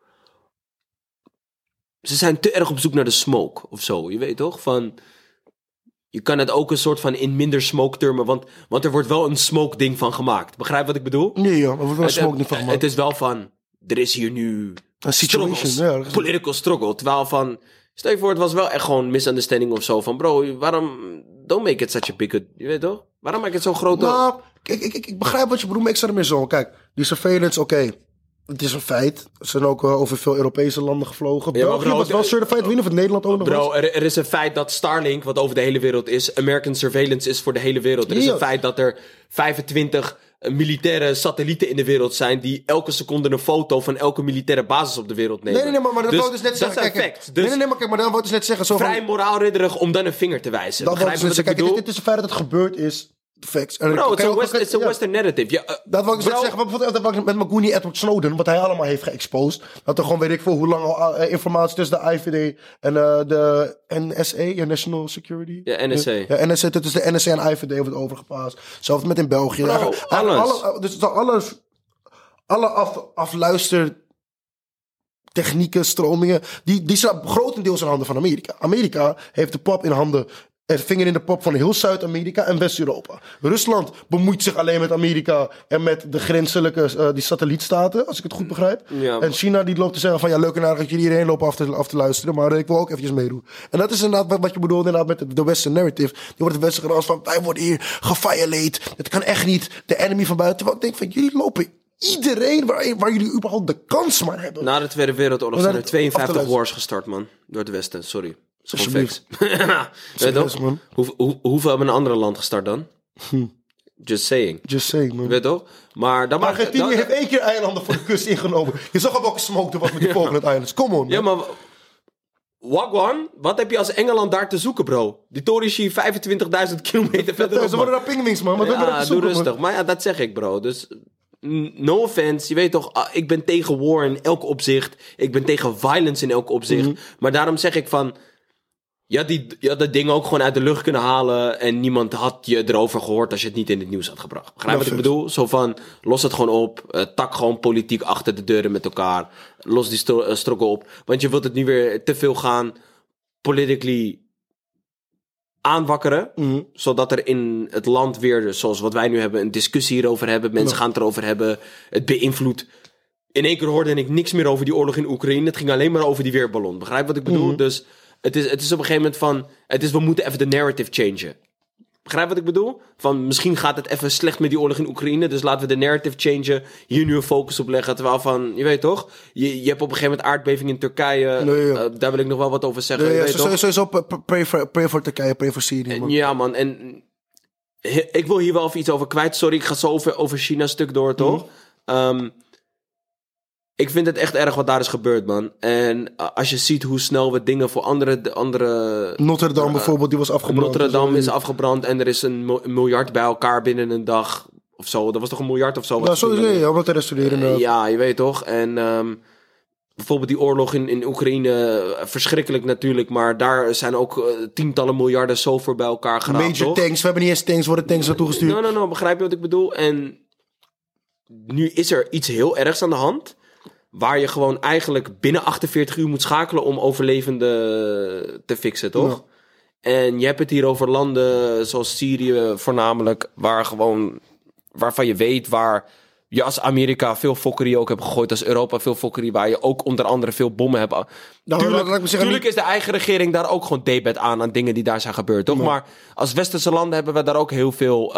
Ze zijn te erg op zoek naar de smoke of zo. Je weet toch? Van, je kan het ook een soort van in minder smoke termen. Want er wordt wel een smoke ding van gemaakt. Begrijp wat ik bedoel? Nee, ja, er wordt wel een smoke ding van gemaakt. Het is wel van, er is hier nu een situation, political struggle. Terwijl van, stel je voor, het was wel echt gewoon misunderstanding of zo. Van bro, waarom, don't make it such a big... Je weet toch? Waarom maak je het zo groot? Nou, ik begrijp wat je bedoelt, maar ik sta er meer zo. Kijk, die surveillance, oké. Het is een feit. Er zijn ook over veel Europese landen gevlogen. Ja, België was wel certified. Ik weet niet of het Nederland ook nog was. Bro, er is een feit dat Starlink, wat over de hele wereld is... American surveillance is voor de hele wereld. Er is een feit dat er 25 militaire satellieten in de wereld zijn... die elke seconde een foto van elke militaire basis op de wereld nemen. Nee, maar dat wou ik dus net zeggen. Dat zijn facts. Dus nee, maar dan wou ik dus net zeggen... Zo vrij moraalridderig om dan een vinger te wijzen. Begrijp je wat ik bedoel? Dit is een feit dat het gebeurd is... Facts. Bro, it's a Western narrative. Ja, dat wil ik net zeggen. Bijvoorbeeld met Maguni, Edward Snowden, wat hij allemaal heeft geëxposed. Dat er gewoon, weet ik veel, hoe lang al informatie tussen de IVD en de NSA, National Security. Ja, NSA. Ja, NSA, tussen de NSA en IVD wordt overgepaast. Zelfs met in België. Bro, alles. Alle afluistertechnieken, stromingen, die zijn grotendeels in handen van Amerika. Amerika heeft de pop in handen een vinger in de pop van heel Zuid-Amerika en West-Europa. Rusland bemoeit zich alleen met Amerika en met de grenselijke, die satellietstaten, als ik het goed begrijp. Ja. En China die loopt te zeggen van, ja, leuk en aardig dat jullie hierheen lopen af te luisteren, maar ik wil ook eventjes meedoen. En dat is inderdaad wat je bedoelt inderdaad met de Western narrative. Die wordt het Westen gedaan als van, wij worden hier geviolate. Het kan echt niet, de enemy van buiten. Terwijl ik denk van, jullie lopen iedereen waar jullie überhaupt de kans maar hebben. Na de Tweede Wereldoorlog zijn er 52 wars gestart, man. Door het Westen, sorry. Dat is gewoon facts. Serieus, man. Hoeveel hebben een andere land gestart dan? Just saying, man. Weet toch? Maar dan Argentinië heeft 1 keer eilanden voor de kust ingenomen. Je zag al welke smoke er was met die Falkland Islands. Come on, man. Ja, maar... Wagwan, wat heb je als Engeland daar te zoeken, bro? Die Torishi 25.000 kilometer verderop. Ze worden naar pingwings, man. Wat ja, doe rustig. Man. Maar ja, dat zeg ik, bro. Dus... No offense, je weet toch, ik ben tegen war in elk opzicht. Ik ben tegen violence in elk opzicht. Maar daarom zeg ik van... Je had dat ding ook gewoon uit de lucht kunnen halen... en niemand had je erover gehoord als je het niet in het nieuws had gebracht. Begrijp wat ik bedoel? Zo van, los het gewoon op. Tak gewoon politiek achter de deuren met elkaar. Los die struggle op. Want je wilt het nu weer te veel gaan politically aanwakkeren. Zodat er in het land weer, zoals wat wij nu hebben... een discussie hierover hebben. Mensen gaan het erover hebben. Het beïnvloedt. In 1 keer hoorde ik niks meer over die oorlog in Oekraïne. Het ging alleen maar over die weerballon. Begrijp wat ik bedoel? Dus... Het is op een gegeven moment van... we moeten even de narrative changen. Begrijp wat ik bedoel? Van misschien gaat het even slecht met die oorlog in Oekraïne... dus laten we de narrative changen. Hier nu een focus op leggen. Terwijl van, je weet toch? Je hebt op een gegeven moment aardbeving in Turkije. Nee, daar wil ik nog wel wat over zeggen. Nee, sowieso pray voor Turkije, pray voor Syrië, man. Ja, man. En ik wil hier wel even iets over kwijt. Sorry, ik ga zo over China stuk door, toch? Ik vind het echt erg wat daar is gebeurd, man. En als je ziet hoe snel we dingen voor andere Notre-Dame bijvoorbeeld, die was afgebrand. Notre-Dame is afgebrand en er is een miljard bij elkaar binnen een dag of zo. Dat was toch een miljard of zo? Ja, sowieso, om dat te restaureren. Ja, je weet toch. En bijvoorbeeld die oorlog in Oekraïne, verschrikkelijk natuurlijk. Maar daar zijn ook tientallen miljarden zo voor bij elkaar geraapt, Major toch? tanks, we hebben niet eens tanks, worden tanks naartoe gestuurd. No, begrijp je wat ik bedoel? En nu is er iets heel ergs aan de hand... waar je gewoon eigenlijk binnen 48 uur moet schakelen... om overlevenden te fixen, toch? Ja. En je hebt het hier over landen zoals Syrië voornamelijk... waarvan je weet waar je als Amerika veel fokkerie ook hebt gegooid... als Europa veel fokkerie, waar je ook onder andere veel bommen hebt. Tuurlijk is de eigen regering daar ook gewoon debet aan dingen die daar zijn gebeurd, toch? Ja. Maar als westerse landen hebben we daar ook heel veel...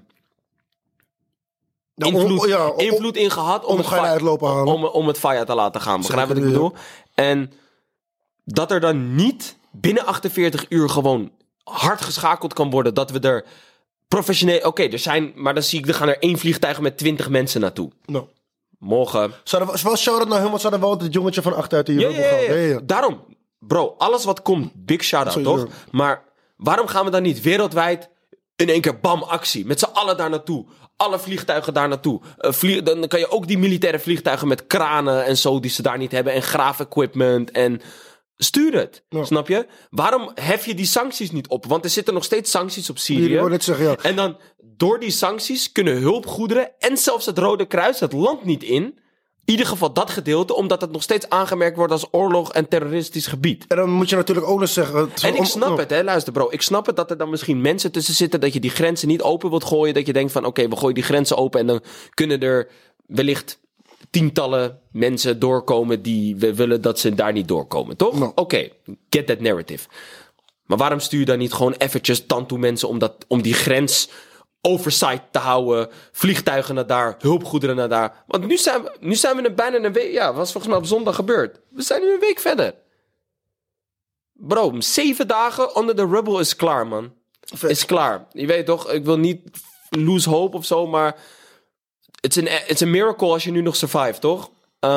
invloed in gehad om het fire te laten gaan. Begrijp wat ik bedoel? En dat er dan niet binnen 48 uur gewoon hard geschakeld kan worden. Dat we er professioneel... Oké, er zijn... Maar dan zie ik, er gaan er 1 vliegtuig met 20 mensen naartoe. No. Morgen. Wel shout-out naar hem, want ze hadden wel het jongetje van achteruit die ja. Daarom, bro, alles wat komt, big shout-out, toch? Maar waarom gaan we dan niet wereldwijd in 1 keer bam actie? Met z'n allen daar naartoe. Alle vliegtuigen daar naartoe. Dan kan je ook die militaire vliegtuigen met kranen en zo... die ze daar niet hebben. En graafequipment en... Stuur het, snap je? Waarom hef je die sancties niet op? Want er zitten nog steeds sancties op Syrië. En dan, door die sancties kunnen hulpgoederen... en zelfs het Rode Kruis het land niet in... In ieder geval dat gedeelte, omdat het nog steeds aangemerkt wordt als oorlog en terroristisch gebied. En dan moet je natuurlijk ook nog zeggen... En ik snap het, hè, luister bro. Ik snap het dat er dan misschien mensen tussen zitten... dat je die grenzen niet open wilt gooien. Dat je denkt van, oké, we gooien die grenzen open... en dan kunnen er wellicht tientallen mensen doorkomen... die we willen dat ze daar niet doorkomen, toch? No. Oké, get that narrative. Maar waarom stuur je dan niet gewoon eventjes tantoe mensen... om die grens... oversight te houden, vliegtuigen naar daar, hulpgoederen naar daar. Want nu zijn we bijna een week... Ja, was volgens mij op zondag gebeurd. We zijn nu een week verder. Bro, 7 dagen onder de rubble is klaar, man. Is klaar. Je weet toch, ik wil niet lose hope of zo, maar... It's a miracle als je nu nog survive, toch?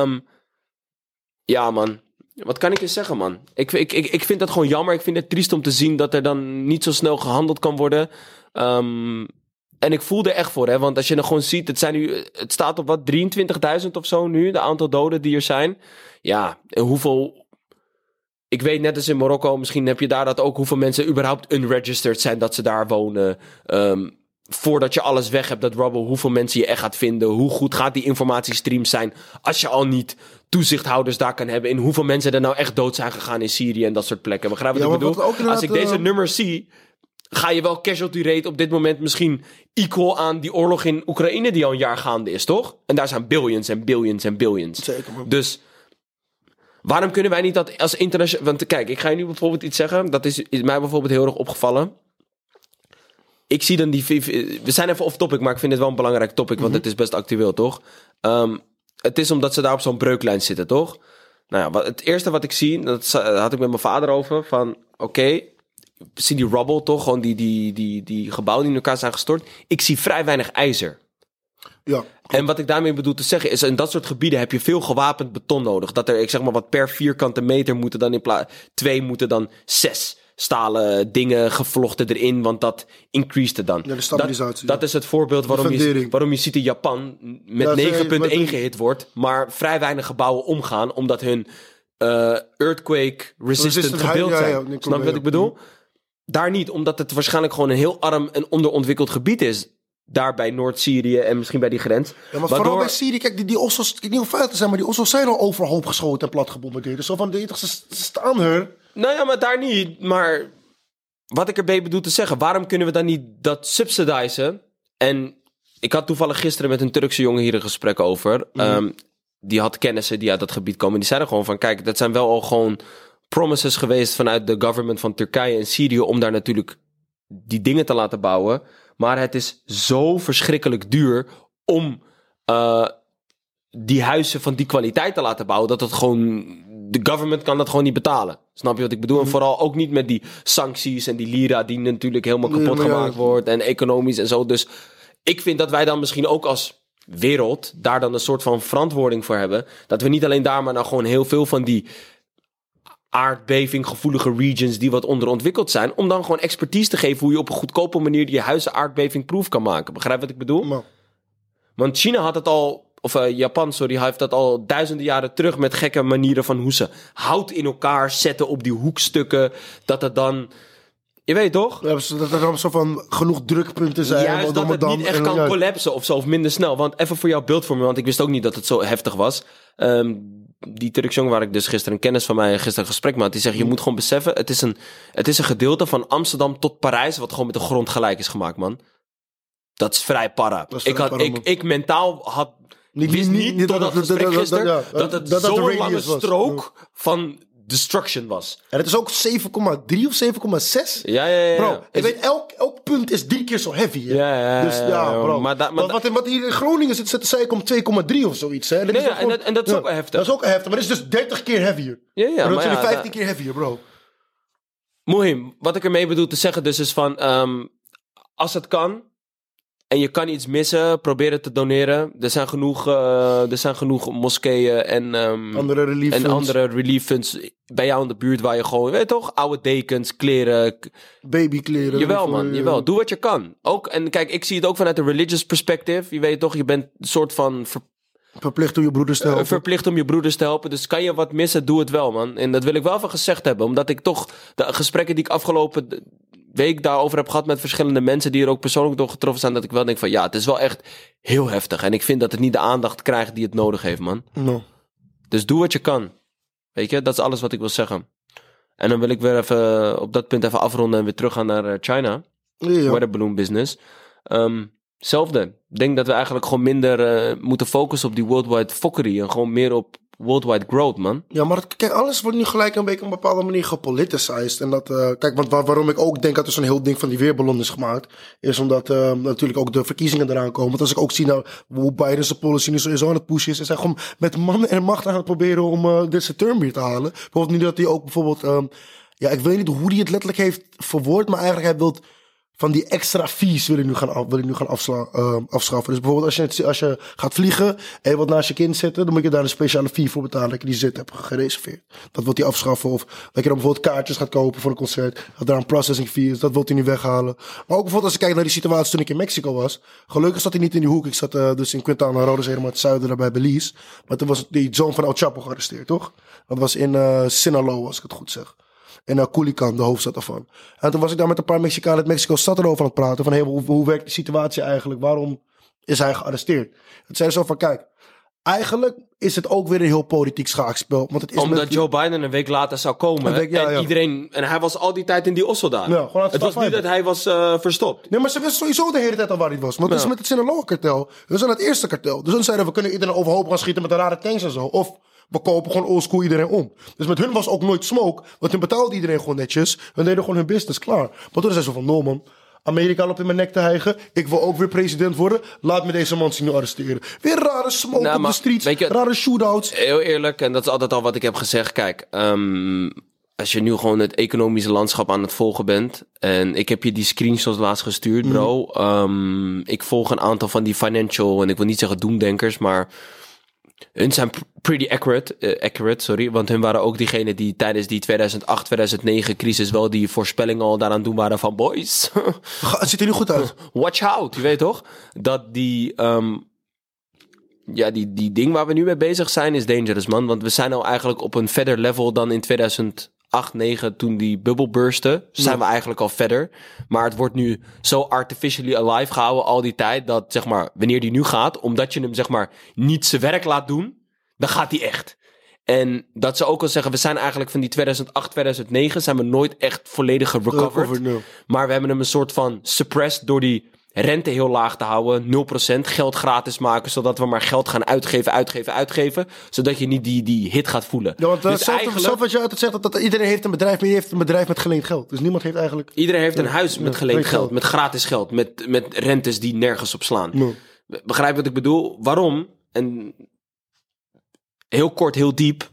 Ja, man. Wat kan ik je zeggen, man? Ik vind dat gewoon jammer. Ik vind het triest om te zien dat er dan niet zo snel gehandeld kan worden. En ik voel er echt voor, hè. Want als je dan gewoon ziet, het staat op wat, 23.000 of zo nu, de aantal doden die er zijn. Ja, en hoeveel... Ik weet net als in Marokko, misschien heb je daar dat ook, hoeveel mensen überhaupt unregistered zijn dat ze daar wonen. Voordat je alles weg hebt, dat rubble, hoeveel mensen je echt gaat vinden. Hoe goed gaat die informatiestreams zijn als je al niet toezichthouders daar kan hebben. In hoeveel mensen er nou echt dood zijn gegaan in Syrië en dat soort plekken. Begrijp wat ik bedoel? Als ik deze nummers zie... ga je wel casualty rate op dit moment misschien equal aan die oorlog in Oekraïne die al een jaar gaande is, toch? En daar zijn billions en billions en billions. Zeker, man. Dus waarom kunnen wij niet dat als internationaal... Want kijk, ik ga je nu bijvoorbeeld iets zeggen. Dat is mij bijvoorbeeld heel erg opgevallen. Ik zie dan we zijn even off topic, maar ik vind het wel een belangrijk topic, want het is best actueel, toch? Het is omdat ze daar op zo'n breuklijn zitten, toch? Nou ja, het eerste wat ik zie, dat had ik met mijn vader over, van oké, zie die rubble toch, gewoon die gebouwen die in elkaar zijn gestort. Ik zie vrij weinig ijzer. Ja. En wat ik daarmee bedoel te zeggen is, in dat soort gebieden heb je veel gewapend beton nodig. Dat er, ik zeg maar wat per vierkante meter moeten dan in plaats 2 moeten dan 6 stalen dingen gevlochten erin, want dat increased dan. Ja, de stabilisatie. Dat is het voorbeeld waarom je ziet in Japan met 9.1 gehit wordt, maar vrij weinig gebouwen omgaan, omdat hun earthquake resistant gebeeld zijn. Snap je wat ik bedoel? Daar niet, omdat het waarschijnlijk gewoon een heel arm en onderontwikkeld gebied is. Daar bij Noord-Syrië en misschien bij die grens. Ja, maar vooral bij Syrië, kijk, die ossos, ik weet niet of feiten zijn, maar die ossos zijn al overhoop geschoten en plat gebombardeerd. Dus zo van, ze staan er. Nou ja, maar daar niet. Maar wat ik erbij bedoel te zeggen, waarom kunnen we dan niet dat subsidisen? En ik had toevallig gisteren met een Turkse jongen hier een gesprek over. Die had kennissen die uit dat gebied komen. Die zeiden gewoon van, kijk, dat zijn wel al gewoon promises geweest vanuit de government van Turkije en Syrië om daar natuurlijk die dingen te laten bouwen. Maar het is zo verschrikkelijk duur om die huizen van die kwaliteit te laten bouwen, dat het gewoon, de government kan dat gewoon niet betalen. Snap je wat ik bedoel? En vooral ook niet met die sancties en die lira die natuurlijk helemaal kapot gemaakt wordt en economisch en zo. Dus ik vind dat wij dan misschien ook als wereld daar dan een soort van verantwoording voor hebben. Dat we niet alleen daar, maar nou gewoon heel veel van die aardbevinggevoelige regions die wat onderontwikkeld zijn, om dan gewoon expertise te geven hoe je op een goedkope manier die huizen aardbevingproof kan maken. Begrijp wat ik bedoel? No. Want China had het al, of Japan, hij heeft dat al duizenden jaren terug met gekke manieren van hoe ze hout in elkaar zetten op die hoekstukken, dat het dan, je weet toch? Ja, dat er dan zo van genoeg drukpunten zijn. Juist dat het niet echt kan collapsen of zo, of minder snel. Want even voor jouw beeldvorming, want ik wist ook niet dat het zo heftig was. Die Turks jongen waar ik dus gisteren een kennis van mij gisteren een gesprek met, die zegt, je moet gewoon beseffen, het is een gedeelte van Amsterdam tot Parijs wat gewoon met de grond gelijk is gemaakt, man. Dat is vrij para. Ik mentaal had, wist niet tot dat gesprek gisteren, dat het zo'n lange strook van destruction was. En het is ook 7,3 of 7,6. Ja. Bro, je weet, elk punt is 3 keer zo heavy. Hè? Ja, dus ja, bro. Maar wat hier in Groningen zit, zei ik om 2,3 of zoiets. Hè? En dat is ook heftig. Dat is ook heftig, maar het is dus 30 keer heavier. Ja, dat is 15 keer heavier, bro. Mohim, wat ik ermee bedoel te zeggen dus is van, als het kan, en je kan iets missen, probeer het te doneren. Er zijn genoeg moskeeën en andere relief funds bij jou in de buurt waar je gewoon, weet je toch, oude dekens, kleren. Babykleren. Jawel man, jawel. Doe wat je kan. Ook, en kijk, ik zie het ook vanuit de religious perspective. Je weet toch, je bent een soort van verplicht om je broeders te helpen. Verplicht om je broeders te helpen. Dus kan je wat missen, doe het wel, man. En dat wil ik wel van gezegd hebben. Omdat ik toch de gesprekken die ik afgelopen week daarover heb gehad met verschillende mensen die er ook persoonlijk door getroffen zijn, dat ik wel denk van ja, het is wel echt heel heftig. En ik vind dat het niet de aandacht krijgt die het nodig heeft, man. No. Dus doe wat je kan. Weet je, dat is alles wat ik wil zeggen. En dan wil ik weer even op dat punt even afronden en weer terug gaan naar China. Ja. Weather balloon business. Hetzelfde. Ik denk dat we eigenlijk gewoon minder moeten focussen op die worldwide fokkerie en gewoon meer op worldwide growth, man. Ja, maar kijk, alles wordt nu gelijk een beetje op een bepaalde manier gepoliticized. En dat, kijk, want waarom ik ook denk dat er zo'n heel ding van die weerballon is gemaakt, is omdat natuurlijk ook de verkiezingen eraan komen. Want als ik ook zie nou, hoe Biden zijn policy nu sowieso aan het pushen is hij gewoon met man en macht aan het proberen om deze term weer te halen. Bijvoorbeeld nu dat hij ook bijvoorbeeld, ja, ik weet niet hoe hij het letterlijk heeft verwoord, maar eigenlijk hij wil van die extra fees wil ik nu gaan afschaffen. Dus bijvoorbeeld als je gaat vliegen en je wilt naast je kind zitten, dan moet je daar een speciale fee voor betalen dat je die zit hebt gereserveerd. Dat wil hij afschaffen. Of dat je dan bijvoorbeeld kaartjes gaat kopen voor een concert, dat daar een processing fee is, dat wil hij nu weghalen. Maar ook bijvoorbeeld als je kijkt naar die situatie toen ik in Mexico was. Gelukkig zat hij niet in die hoek. Ik zat dus in Quintana Roo, dus helemaal het zuiden daar bij Belize. Maar toen was die zoon van El Chapo gearresteerd, toch? Dat was in Sinaloa, als ik het goed zeg. En Culican, de hoofdstad daarvan. En toen was ik daar met een paar Mexicanen uit Mexico stad erover aan het praten. Van, hey, hoe werkt die situatie eigenlijk? Waarom is hij gearresteerd? Het zei zo van, kijk, eigenlijk is het ook weer een heel politiek schaakspel. Want het is omdat Joe Biden een week later zou komen. Iedereen, en hij was al die tijd in die Oslo daar. Ja, het was niet dat hij was verstopt. Nee, maar ze wisten sowieso de hele tijd al waar hij was. Want het is met het Sinaloa-kartel. We zijn het eerste kartel. Dus hun zeiden, we kunnen iedereen overhoop gaan schieten met de rare tanks en zo. Of we kopen gewoon oldschool iedereen om. Dus met hun was ook nooit smoke. Want hun betaalde iedereen gewoon netjes. Hun deden gewoon hun business, klaar. Maar toen zei ze van, no man. Amerika loopt in mijn nek te hijgen. Ik wil ook weer president worden. Laat me deze man zien arresteren. Weer rare smoke op de streets. Rare shootouts. Heel eerlijk, en dat is altijd al wat ik heb gezegd. Kijk, als je nu gewoon het economische landschap aan het volgen bent. En ik heb je die screenshots laatst gestuurd, bro. Ik volg een aantal van die financial, en ik wil niet zeggen doemdenkers, maar hun zijn pretty accurate, want hun waren ook diegenen die tijdens die 2008, 2009 crisis wel die voorspellingen al daaraan doen waren van boys. Het ziet er nu goed uit. Watch out, je weet toch? Dat die ding waar we nu mee bezig zijn is dangerous, man. Want we zijn al eigenlijk op een verder level dan in 2008, 2009 toen die bubbel burstte. Zijn we eigenlijk al verder. Maar het wordt nu zo artificially alive gehouden al die tijd. Dat zeg maar, wanneer die nu gaat, omdat je hem zeg maar niet zijn werk laat doen, dan gaat die echt. En dat ze ook al zeggen, we zijn eigenlijk van die 2008, 2009 zijn we nooit echt volledig gerecoverd. Maar we hebben hem een soort van suppressed door die rente heel laag te houden, 0%, geld gratis maken, zodat we maar geld gaan uitgeven, zodat je niet die hit gaat voelen. Ja, want dus zelf wat je altijd zegt, dat iedereen heeft een bedrijf, maar iedereen heeft een bedrijf met geleend geld. Dus niemand heeft eigenlijk... Iedereen heeft een huis met geleend geld, met gratis geld, met rentes die nergens op slaan. No. Begrijp wat ik bedoel? Waarom? En heel kort, heel diep.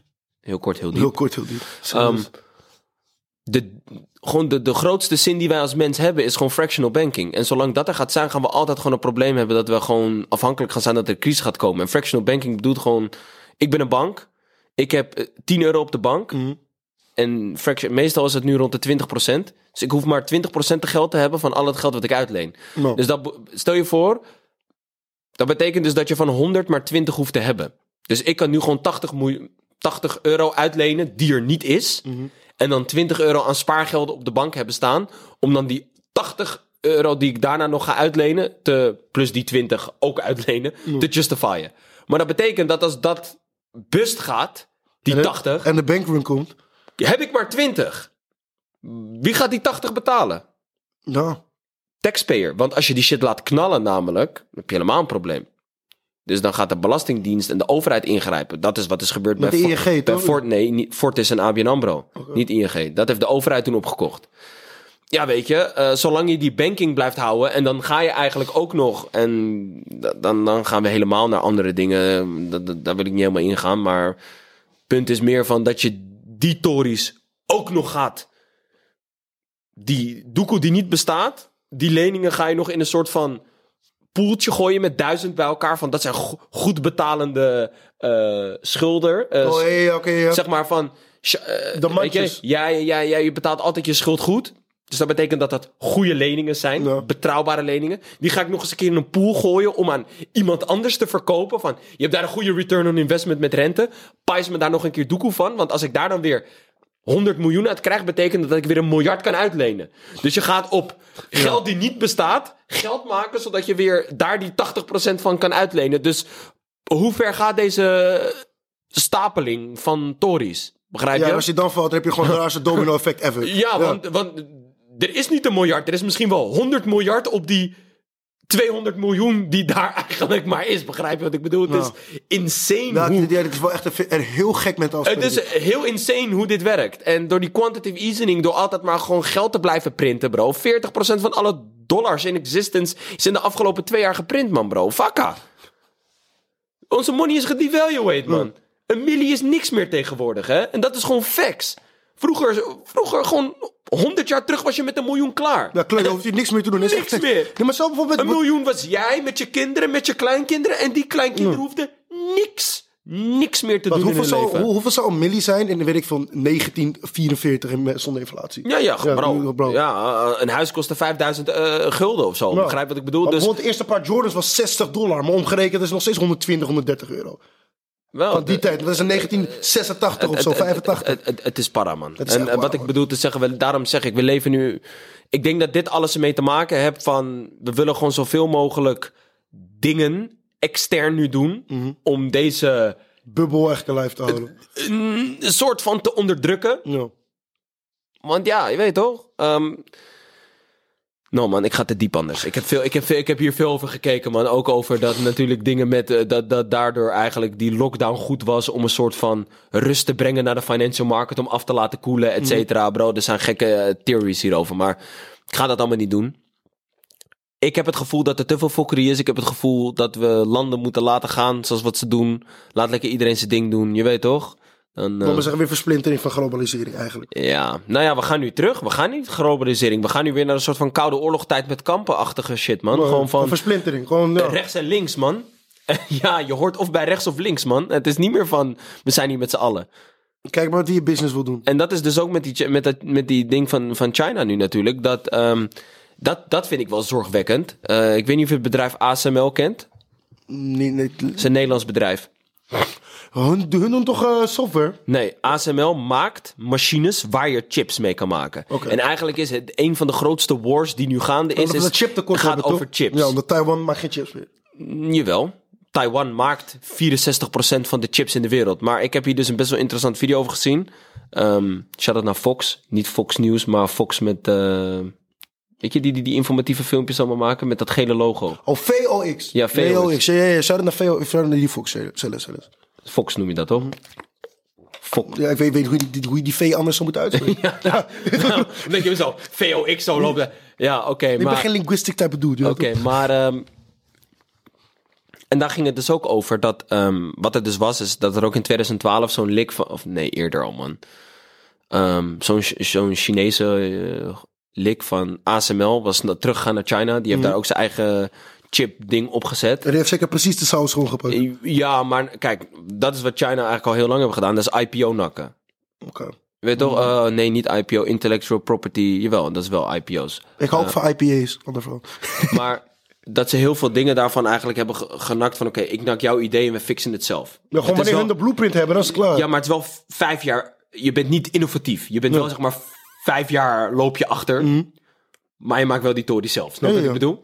De grootste zin die wij als mens hebben is gewoon fractional banking. En zolang dat er gaat zijn, gaan we altijd gewoon een probleem hebben dat we gewoon afhankelijk gaan zijn dat er een crisis gaat komen. En fractional banking bedoelt gewoon, ik ben een bank, ik heb 10 euro op de bank. En meestal is het nu rond de 20%. Dus ik hoef maar 20% te geld te hebben van al het geld wat ik uitleen. No. Dus stel je voor, dat betekent dus dat je van 100 maar 20 hoeft te hebben. Dus ik kan nu gewoon 80 euro uitlenen die er niet is. En dan 20 euro aan spaargelden op de bank hebben staan. Om dan die 80 euro die ik daarna nog ga uitlenen, plus die 20 ook uitlenen, te justifyen. Maar dat betekent dat als dat bust gaat, die 80... En de bankrun komt, heb ik maar 20. Wie gaat die 80 betalen? Ja. Taxpayer. Want als je die shit laat knallen namelijk, dan heb je helemaal een probleem. Dus dan gaat de Belastingdienst en de overheid ingrijpen. Dat is wat is gebeurd met bij de ING, toch? Fortis en ABN AMRO. Okay. Niet ING. Dat heeft de overheid toen opgekocht. Ja, weet je, zolang je die banking blijft houden, en dan ga je eigenlijk ook nog, en dan gaan we helemaal naar andere dingen. Daar wil ik niet helemaal ingaan, maar het punt is meer van dat je die tories ook nog gaat. Die doekoe die niet bestaat, die leningen ga je nog in een soort van poeltje gooien met 1000 bij elkaar. Van dat zijn goed betalende schulden. Okay. Zeg maar van, de mandjes. Je betaalt altijd je schuld goed. Dus dat betekent dat dat goede leningen zijn. Ja. Betrouwbare leningen. Die ga ik nog eens een keer in een pool gooien om aan iemand anders te verkopen. Van, je hebt daar een goede return on investment met rente. Pijs me daar nog een keer doekoe van. Want als ik daar dan weer 100 miljoen uit krijg, betekent dat ik weer 1 miljard kan uitlenen. Dus je gaat op geld die niet bestaat, geld maken, zodat je weer daar die 80% van kan uitlenen. Dus hoe ver gaat deze stapeling van tories? Begrijp je? Ja, als je dan valt, heb je gewoon het raarste domino effect ever. Ja, want er is niet 1 miljard. Er is misschien wel 100 miljard op die 200 miljoen die daar eigenlijk maar is. Begrijp je wat ik bedoel? Het is insane. Het is wel echt een heel gek mentaal spel. Het is heel insane hoe dit werkt. En door die quantitative easing, door altijd maar gewoon geld te blijven printen, bro. 40% van alle dollars in existence is in de afgelopen 2 jaar geprint, man, bro. Fakka. Onze money is gedevaluated, man. 1 miljoen is niks meer tegenwoordig, hè. En dat is gewoon facts. Vroeger gewoon 100 jaar terug was je met 1 miljoen klaar. Ja, klaar, dan hoef je niks meer te doen. Niks meer. Ja, maar zelf bijvoorbeeld 1 miljoen was jij met je kinderen, met je kleinkinderen. En die kleinkinderen hoefden niks meer te doen in hun leven. Hoeveel zou 1 miljoen zijn in, weet ik van 1944 zonder inflatie? Ja, bro. Ja, een huis kostte 5000 gulden of zo. Ja. Begrijp wat ik bedoel? Maar dus bijvoorbeeld het eerste paar Jordans was $60. Maar omgerekend is het nog steeds 120, 130 euro. Wel, van die tijd, dat is in 1986 of zo, 85. Het is para, man. En wat ik bedoel te zeggen, daarom zeg ik, we leven nu. Ik denk dat dit alles ermee te maken heeft van, we willen gewoon zoveel mogelijk dingen extern nu doen om deze bubbel echt alive te houden. Een soort van te onderdrukken. Ja. Want ja, je weet toch? No man, ik ga te diep anders. Ik heb hier veel over gekeken, man. Ook over dat natuurlijk dingen met... dat daardoor eigenlijk die lockdown goed was om een soort van rust te brengen naar de financial market. Om af te laten koelen, et cetera, bro. Er zijn gekke theories hierover. Maar ik ga dat allemaal niet doen. Ik heb het gevoel dat er te veel fokkerie is. Ik heb het gevoel dat we landen moeten laten gaan zoals wat ze doen. Laat lekker iedereen zijn ding doen. Je weet toch? Dan, we zeggen weer versplintering van globalisering eigenlijk. Ja, nou ja, we gaan nu terug. We gaan niet globalisering. We gaan nu weer naar een soort van koude oorlogstijd met kampenachtige shit, man. Nee, gewoon van versplintering. Gewoon, rechts en links, man. Ja, je hoort of bij rechts of links, man. Het is niet meer van, we zijn hier met z'n allen. Kijk maar wat die je business wil doen. En dat is dus ook met die ding van China nu natuurlijk. Dat vind ik wel zorgwekkend. Ik weet niet of je het bedrijf ASML kent. Nee. Het is een Nederlands bedrijf. Hun doen toch software? Nee, ASML maakt machines waar je chips mee kan maken. Okay. En eigenlijk is het een van de grootste wars die nu gaande is. Gaat over chips. Ja, omdat Taiwan maakt geen chips meer. Jawel. Taiwan maakt 64% van de chips in de wereld. Maar ik heb hier dus een best wel interessant video over gezien. Shout out naar Fox. Niet Fox News, maar Fox met... Weet je, die informatieve filmpjes allemaal maken met dat gele logo. Oh, VOX. Ja, VOX. Ja. Shout out naar VOX. Shout out naar die Fox. Fox noem je dat, toch? Fox. Ja, ik weet hoe je die V anders zou moeten uitspreken. Ja. Nou, denk je zo, VOX zo lopen. Ja, oké. Ik ben geen linguistic type dude. Oké, maar... En daar ging het dus ook over dat... wat het dus was, is dat er ook in 2012 zo'n leak van... Of nee, eerder al, man. Zo'n Chinese leak van ASML was teruggegaan naar China. Die heeft daar ook zijn eigen chip-ding opgezet. En die heeft zeker precies de saus gewoon gepakt. Ja, maar kijk, dat is wat China eigenlijk al heel lang hebben gedaan. Dat is IPO-nakken. Oké. Weet toch? Nee, niet IPO, intellectual property. Jawel, dat is wel IPO's. Ik hou ook van IPA's. Maar dat ze heel veel dingen daarvan eigenlijk hebben genakt van... Oké, ik nak jouw idee en we fixen het zelf. Ja, gewoon wanneer hun de blueprint hebben, dan is het klaar. Ja, maar het is wel 5 jaar... Je bent niet innovatief. Je bent wel, zeg maar, 5 jaar loop je achter. Maar je maakt wel die tory zelf. Snap je wat ik bedoel?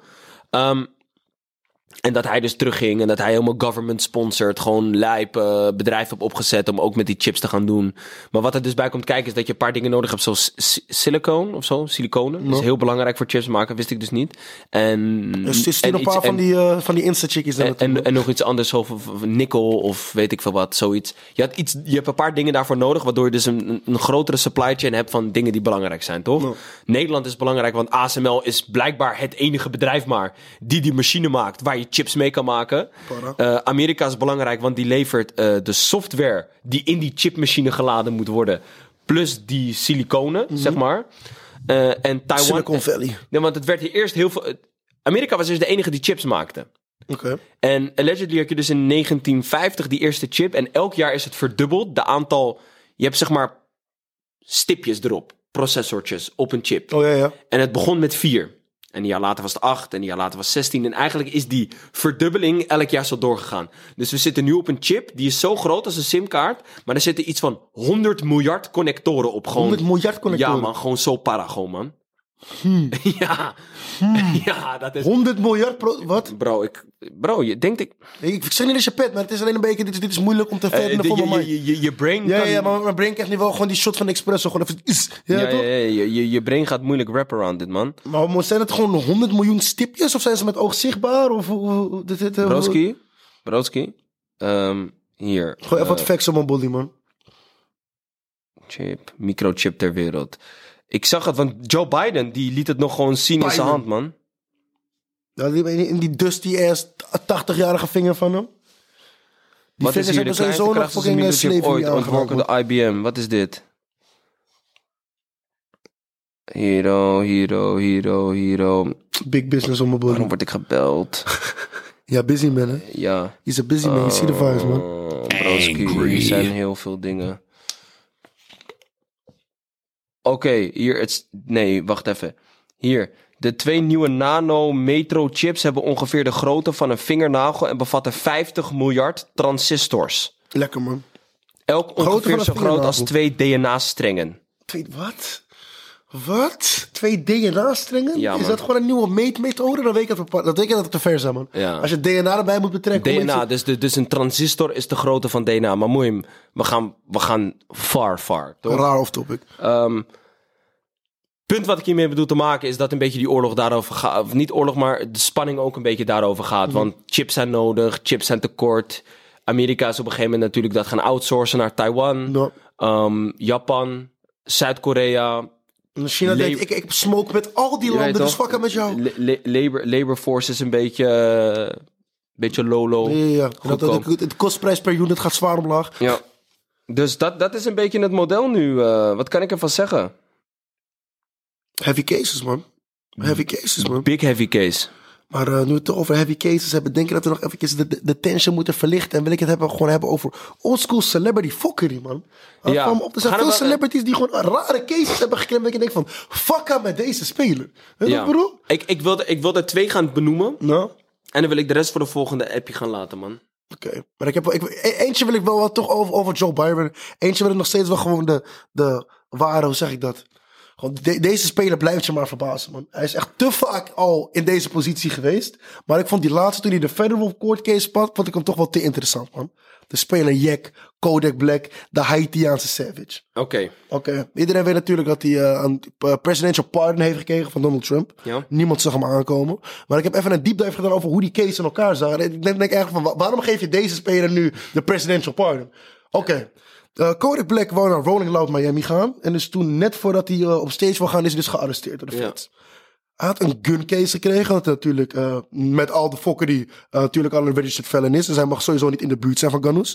En dat hij dus terugging en dat hij helemaal government sponsored, gewoon lijp bedrijf heb opgezet om ook met die chips te gaan doen. Maar wat er dus bij komt kijken is dat je een paar dingen nodig hebt, zoals siliconen of zo, siliconen. Dat is heel belangrijk voor chips maken, wist ik dus niet. En dus is er een paar van die Insta-chickies en nog iets anders, of nikkel of weet ik veel wat, zoiets. Je hebt een paar dingen daarvoor nodig, waardoor je dus een grotere supply chain hebt van dingen die belangrijk zijn, toch? No. Nederland is belangrijk, want ASML is blijkbaar het enige bedrijf maar die machine maakt waar je chips mee kan maken. Amerika is belangrijk, want die levert de software die in die chipmachine geladen moet worden, plus die siliconen, zeg maar. En Taiwan... Silicon Valley. Nee, want het werd hier eerst heel veel... Amerika was dus de enige die chips maakte. Okay. En allegedly had je dus in 1950 die eerste chip en elk jaar is het verdubbeld. De aantal... Je hebt zeg maar stipjes erop, processortjes op een chip. Oh ja. En het begon met 4. En een jaar later was het 8. En een jaar later was 16. En eigenlijk is die verdubbeling elk jaar zo doorgegaan. Dus we zitten nu op een chip. Die is zo groot als een simkaart. Maar er zitten iets van 100 miljard connectoren op. Gewoon. 100 miljard connectoren? Ja man, gewoon zo parago man. Ja. Ja, dat is... 100 miljard wat? Bro, je denkt ik zeg niet dat je pet, maar het is alleen een beetje... Dit is moeilijk om te verder voor mijn mind. Je brain ja, kan... Ja, maar mijn brain krijgt nu wel gewoon die shot van Expresso. Gewoon even... Je brain gaat moeilijk wrap around dit, man. Maar zijn het gewoon 100 miljoen stipjes? Of zijn ze met oog zichtbaar? Broski. Hier. Gooi even wat facts op mijn body, man. Chip. Microchip ter wereld. Ik zag het, want Joe Biden, die liet het nog gewoon zien in zijn hand, man. Ja, die dusty ass 80-jarige vinger van hem. Die wat is hier de kleinste krachtige microchip ooit ontworpen door IBM? Wat is dit? Hero. Big business on my body. Waarom word ik gebeld? Ja, busy man, hè? Ja. He's a busy man, you see the vibes, man. Broski, er zijn heel veel dingen. Oké, hier, nee, wacht even. Hier, de 2 nieuwe nano-metro-chips hebben ongeveer de grootte van een vingernagel en bevatten 50 miljard transistors. Lekker, man. Elk ongeveer zo groot als 2 DNA-strengen. 2 wat? Wat? 2 DNA-strengen? Ja, is dat gewoon een nieuwe meetmethode? Dan weet ik dat het te ver zijn, man. Ja. Als je DNA erbij moet betrekken... DNA, dus een transistor is de grootte van DNA. Maar Moeim, we gaan far. Toch? Raar off-topic. Punt wat ik hiermee bedoel te maken is dat een beetje die oorlog daarover gaat. Of niet oorlog, maar de spanning ook een beetje daarover gaat. Want chips zijn nodig, chips zijn tekort. Amerika is op een gegeven moment natuurlijk dat gaan outsourcen naar Taiwan. No. Japan, Zuid-Korea. China denkt, ik smoke met al die landen, dus fuck met jou. Labor force is een beetje lolo. Ja. Het kostprijs per unit gaat zwaar omlaag. Ja. Dus dat is een beetje het model nu. Wat kan ik ervan zeggen? Heavy cases, man. Big heavy case. Maar nu we het toch over heavy cases hebben, denk ik dat we nog even de tension moeten verlichten. En wil ik het gewoon hebben over oldschool celebrity fuckery, man. Ja. Er zijn veel celebrities die gewoon rare cases hebben gekregen. Dat ik denk van, fuck aan met deze speler. Weet je wat ik bedoel? Ik wil er 2 gaan benoemen. Nou? En dan wil ik de rest voor de volgende appje gaan laten, man. Oké. Maar eentje wil ik wel wat toch over Joe Byron. Eentje wil ik nog steeds wel gewoon de ware, hoe zeg ik dat? Deze speler blijft je maar verbazen, man. Hij is echt te vaak al in deze positie geweest. Maar ik vond die laatste, toen hij de Federal Court case pad, vond ik hem toch wel te interessant, man. De speler Jack, Kodak Black, de Haitiaanse Savage. Oké. Iedereen weet natuurlijk dat hij een presidential pardon heeft gekregen van Donald Trump. Ja. Niemand zag hem aankomen. Maar ik heb even een deep dive gedaan over hoe die case in elkaar zagen. Ik denk echt van, waarom geef je deze speler nu de presidential pardon? Oké. Kodak Black wou naar Rolling Loud Miami gaan. En dus toen, net voordat hij op stage wil gaan, is hij dus gearresteerd door de feds. Ja. Hij had een gun case gekregen. Dat natuurlijk met al de fokken die natuurlijk al een registered felon is. Dus hij mag sowieso niet in de buurt zijn van Ganous.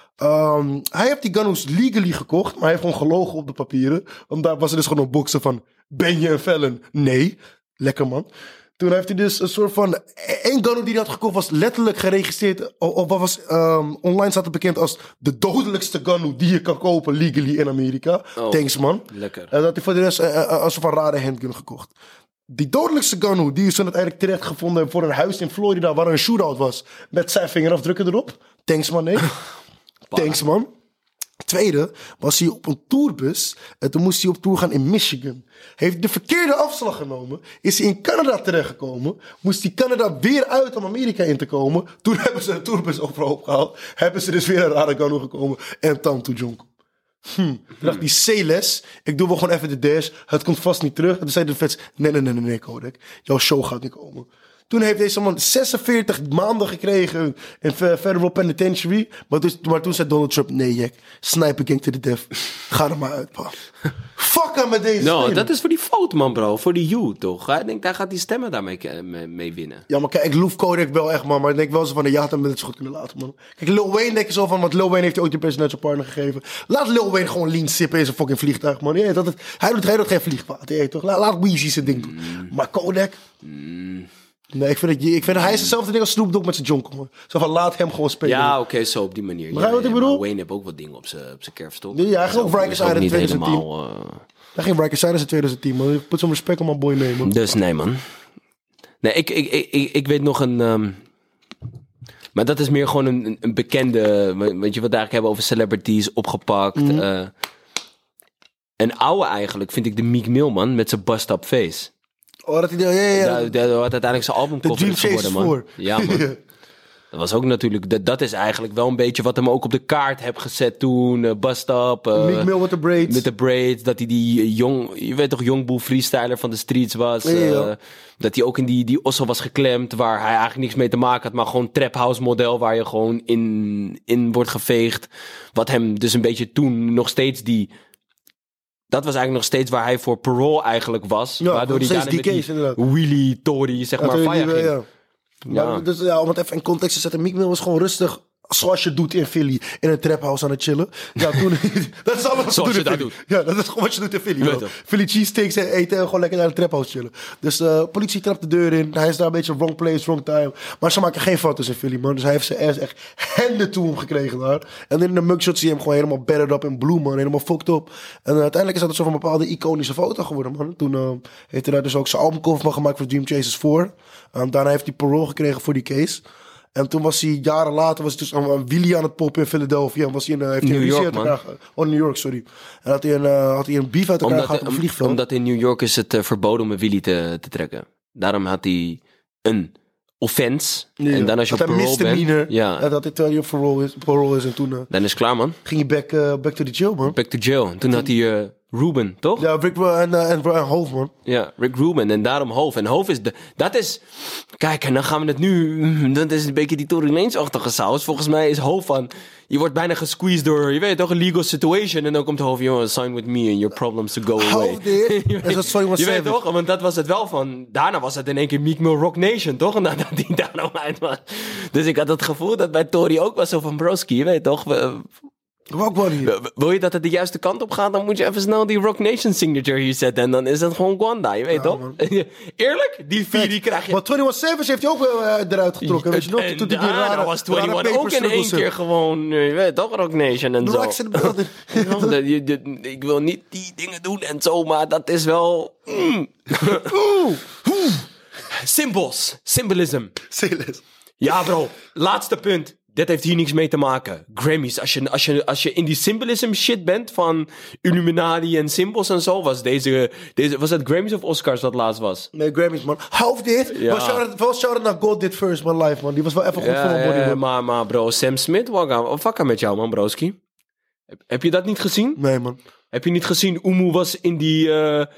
Hij heeft die Ganous legally gekocht. Maar hij heeft gewoon gelogen op de papieren. Want daar was er dus gewoon een boxen van, ben je een felon? Nee. Lekker, man. Toen heeft hij dus een soort van... Eén Gano die hij had gekocht was letterlijk geregistreerd... Of wat was... online staat het bekend als... de dodelijkste Gano die je kan kopen legally in Amerika. Oh, thanks, man. Lekker. Dat hij voor de rest een soort van rare handgun gekocht. Die dodelijkste Gano die is toen uiteindelijk terecht gevonden... voor een huis in Florida waar een shootout was. Met zijn vingerafdrukken erop. Thanks, man, nee. Thanks, man. Tweede was hij op een tourbus. En toen moest hij op tour gaan in Michigan. Heeft de verkeerde afslag genomen. Is hij in Canada terechtgekomen. Moest hij Canada weer uit om Amerika in te komen. Toen hebben ze de tourbus overhoop gehaald. Hebben ze dus weer een rare Gano gekomen. En Tantu Jonko. Toen dacht hij, C-les. Ik doe wel gewoon even de dash. Het komt vast niet terug. En toen zei de vets, nee, Kodak. Jouw show gaat niet komen. Toen heeft deze man 46 maanden gekregen in Federal Penitentiary. Maar toen zei Donald Trump, nee Jack, sniper gang to the death. Ga er maar uit, pa. Fuck aan met deze speler. Dat is voor die foto, man, bro. Voor die you, toch? Ik denk, daar gaat die stemmen daarmee mee winnen. Ja, maar kijk, ik loof Kodak wel echt, man. Maar ik denk wel zo van, je had hem het zo goed kunnen laten, man. Kijk, Lil Wayne denk je zo van, want Lil Wayne heeft hij ook die presidential partner gegeven. Laat Lil Wayne gewoon lean sippen in zijn fucking vliegtuig, man. Hij doet geen vliegvaart, toch? Laat Weezy zijn ding doen. Maar Kodak... Nee, ik vind hij is hetzelfde ding als Snoop Dogg met zijn jonko, man. Zo van, laat hem gewoon spelen. Ja, oké, zo op die manier. Maar wat ik bedoel? Wayne heeft ook wat dingen op zijn kerfstok. Ja, hij ging ook Rikers Island in 2010. Hij ging Rikers Island in 2010, man. Put some respect on my boy mee, man. Dus nee, man. Nee, ik weet nog een... maar dat is meer gewoon een bekende... Want je wat daar hebben over celebrities opgepakt. Een oude eigenlijk vind ik de Meek Mill, man. Met zijn bust up face. Oh, dat hij... Ja. Dat uiteindelijk zijn albumcover is geworden, man. Voor. Ja, man. Dat was ook natuurlijk... Dat is eigenlijk wel een beetje wat hem ook op de kaart heb gezet toen. Bust Up. Meek Mill met de braids. Met de braids. Dat hij die je weet toch, jongboel freestyler van de streets was. Ja. Dat hij ook in die ossel was geklemd. Waar hij eigenlijk niks mee te maken had. Maar gewoon trap house model. Waar je gewoon in wordt geveegd. Wat hem dus een beetje toen nog steeds die... Dat was eigenlijk nog steeds waar hij voor parole eigenlijk was. Ja, waardoor hij daarna met die Willy Tory, zeg maar, fire ging. Ja. Maar, dus, om het even in context te zetten. Meek Mill was gewoon rustig, zoals je doet in Philly, in een trap house aan het chillen. Ja, toen, dat is allemaal wat zoals je dat doet. Ja, dat is gewoon wat je doet in Philly. Philly cheesesteaks eten en gewoon lekker naar de trap house chillen. Dus politie trapt de deur in. Hij is daar een beetje wrong place, wrong time. Maar ze maken geen foto's in Philly, man. Dus hij heeft zijn ass echt handen toe hem gekregen daar. En in de mugshot zie je hem gewoon helemaal battered up in blue, man. Helemaal fucked up. En uiteindelijk is dat zo van een bepaalde iconische foto geworden, man. Toen heeft hij daar dus ook zijn albumcover van gemaakt voor Dream Chasers 4. Daarna heeft hij parole gekregen voor die case. En toen was hij, jaren later, was hij dus aan Willy aan het poppen in Philadelphia. En was hij heeft New York, man. New York, sorry. En had hij een beef uit elkaar gehad op een vliegveld. Omdat in New York is het verboden om een Willy te trekken. Daarom had hij een offense. Ja, en dan als je op parole bent... Ja. En dat hij terwijl hij op parole is. En toen... dan is het klaar, man. Ging hij back to the jail, man. Back to jail. En toen had hij Ruben, toch? Ja, Rick en Hove, man. Ja, Rick Ruben en daarom Hove. En Hove is dat is... Kijk, en dan gaan we het nu... Dat is een beetje die Tory Lanez-achtige saus. Volgens mij is Hove van... Je wordt bijna gesqueezed door, je weet toch, een legal situation. En dan komt Hove, you sign with me and your problems to go away. Je weet toch? Want dat was het wel van... Daarna was het in één keer Meek Mill Rock Nation, toch? En dat die daar nou uit was. Dus ik had het gevoel dat bij Tory ook was zo van... Broski, je weet toch... Wil je dat het de juiste kant op gaat, dan moet je even snel die Rock Nation signature hier zetten. En dan is dat gewoon Gwanda, je weet toch? Eerlijk? Die 4 die krijg je... Maar 21 Savage heeft hij ook eruit getrokken, weet je nog? Toen die rare, was 21 ook in één keer gewoon, je weet toch, Rock Nation en zo. Ik wil niet die dingen doen en zo, maar dat is wel... Symbolism. Ja bro, laatste punt. Dit heeft hier niks mee te maken. Grammys. Als je in die symbolism shit bent van Illuminati en symbols en zo, was deze was het Grammys of Oscars dat laatst was? Nee, Grammys, man. Half dit. Ja. Shout-out naar God Did First, man, live, man. Die was wel even goed voor mijn body, man. Maar bro, Sam Smith, wat met jou, man, broski? Heb je dat niet gezien? Nee, man. Heb je niet gezien, Umu was in die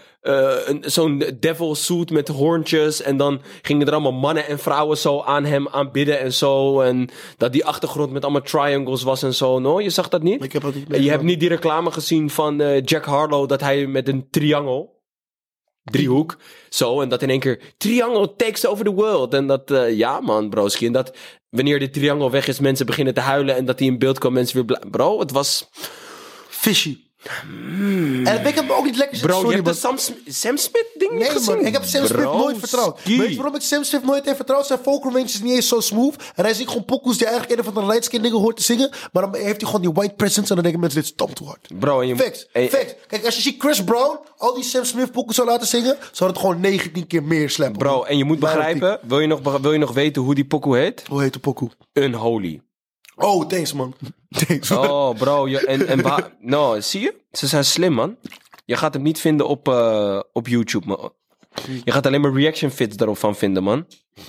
zo'n devil suit met hoorntjes en dan gingen er allemaal mannen en vrouwen zo aan hem aanbidden en zo en dat die achtergrond met allemaal triangles was en zo, no? Je zag dat niet? Ik heb dat niet en je hebt niet die reclame gezien van Jack Harlow dat hij met een driehoek, zo, en dat in één keer triangle takes over the world en dat, ja man broski, en dat wanneer de triangle weg is mensen beginnen te huilen en dat hij in beeld kwam mensen weer blij. Bro, het was fishy. En ik heb ook niet lekker gezien. Bro, je hebt de Sam Smith ding niet gezien? Man, ik heb Sam Smith nooit vertrouwd. Weet je waarom ik Sam Smith nooit heb vertrouwd? Zijn vocal range is niet eens zo smooth. En hij zingt gewoon pokoes die eigenlijk een van de lightskin dingen hoort te zingen. Maar dan heeft hij gewoon die white presence en dan denken mensen, dit is stom te hard. Bro, en Facts. Kijk, als je ziet Chris Brown al die Sam Smith pokoes zou laten zingen, zou het gewoon 19 keer meer slappen. Bro, en je moet begrijpen, wil je nog weten hoe die pokoe heet? Hoe heet de pokoe? Unholy. Oh, thanks man. Oh, bro. No, zie je? Ze zijn slim, man. Je gaat hem niet vinden op YouTube, man. Je gaat alleen maar reaction fits daarop van vinden, man.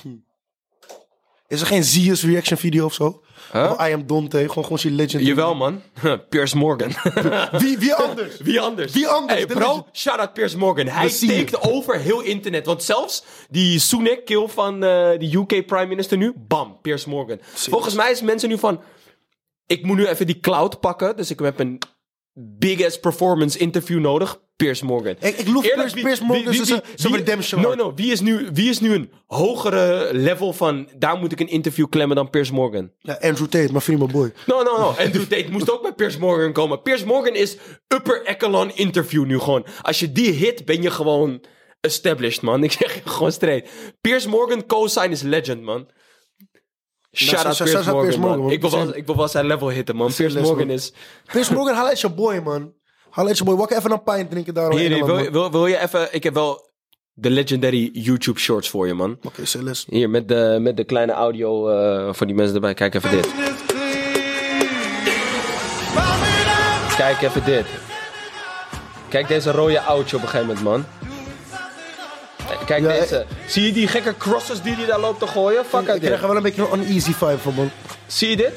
Is er geen Zius reaction video of zo? Huh? I am Dante, gewoon je legend. Jawel, man. Piers Morgan. Wie anders? Wie anders? Hey, bro, shout-out Piers Morgan. Hij takte over heel internet. Want zelfs die Sunak-kill van de UK Prime Minister nu, bam, Piers Morgan. Volgens mij is mensen nu van... Ik moet nu even die cloud pakken. Dus ik heb een big-ass performance interview nodig. Piers Morgan. Ik loof Piers Morgan is zo'n redemption. No. Wie is nu een hogere level van... Daar moet ik een interview klemmen dan Piers Morgan? Ja, Andrew Tate, mijn vriend, mijn boy. No. Andrew Tate moest ook bij Piers Morgan komen. Piers Morgan is upper echelon interview nu gewoon. Als je die hit, ben je gewoon established, man. Ik zeg je gewoon straight. Piers Morgan co-sign is legend, man. Shout out Piers Morgan, man. Ik wil wel zijn level hitten, man. Piers Morgan is... Piers Morgan, haal uit je boy, man. Haal uit je boy. Wak even een pint drinken daar. Wil je even... Ik heb wel de legendary YouTube shorts voor je, man. Oké, say less. Hier, met de kleine audio voor die mensen erbij. Kijk even dit. Kijk even dit. Kijk deze rode oudje op een gegeven moment, man. Kijk deze. Zie je die gekke crosses die hij daar loopt te gooien? Fuck uit dit. Ik krijg er wel een beetje een uneasy vibe van, man. Zie je dit?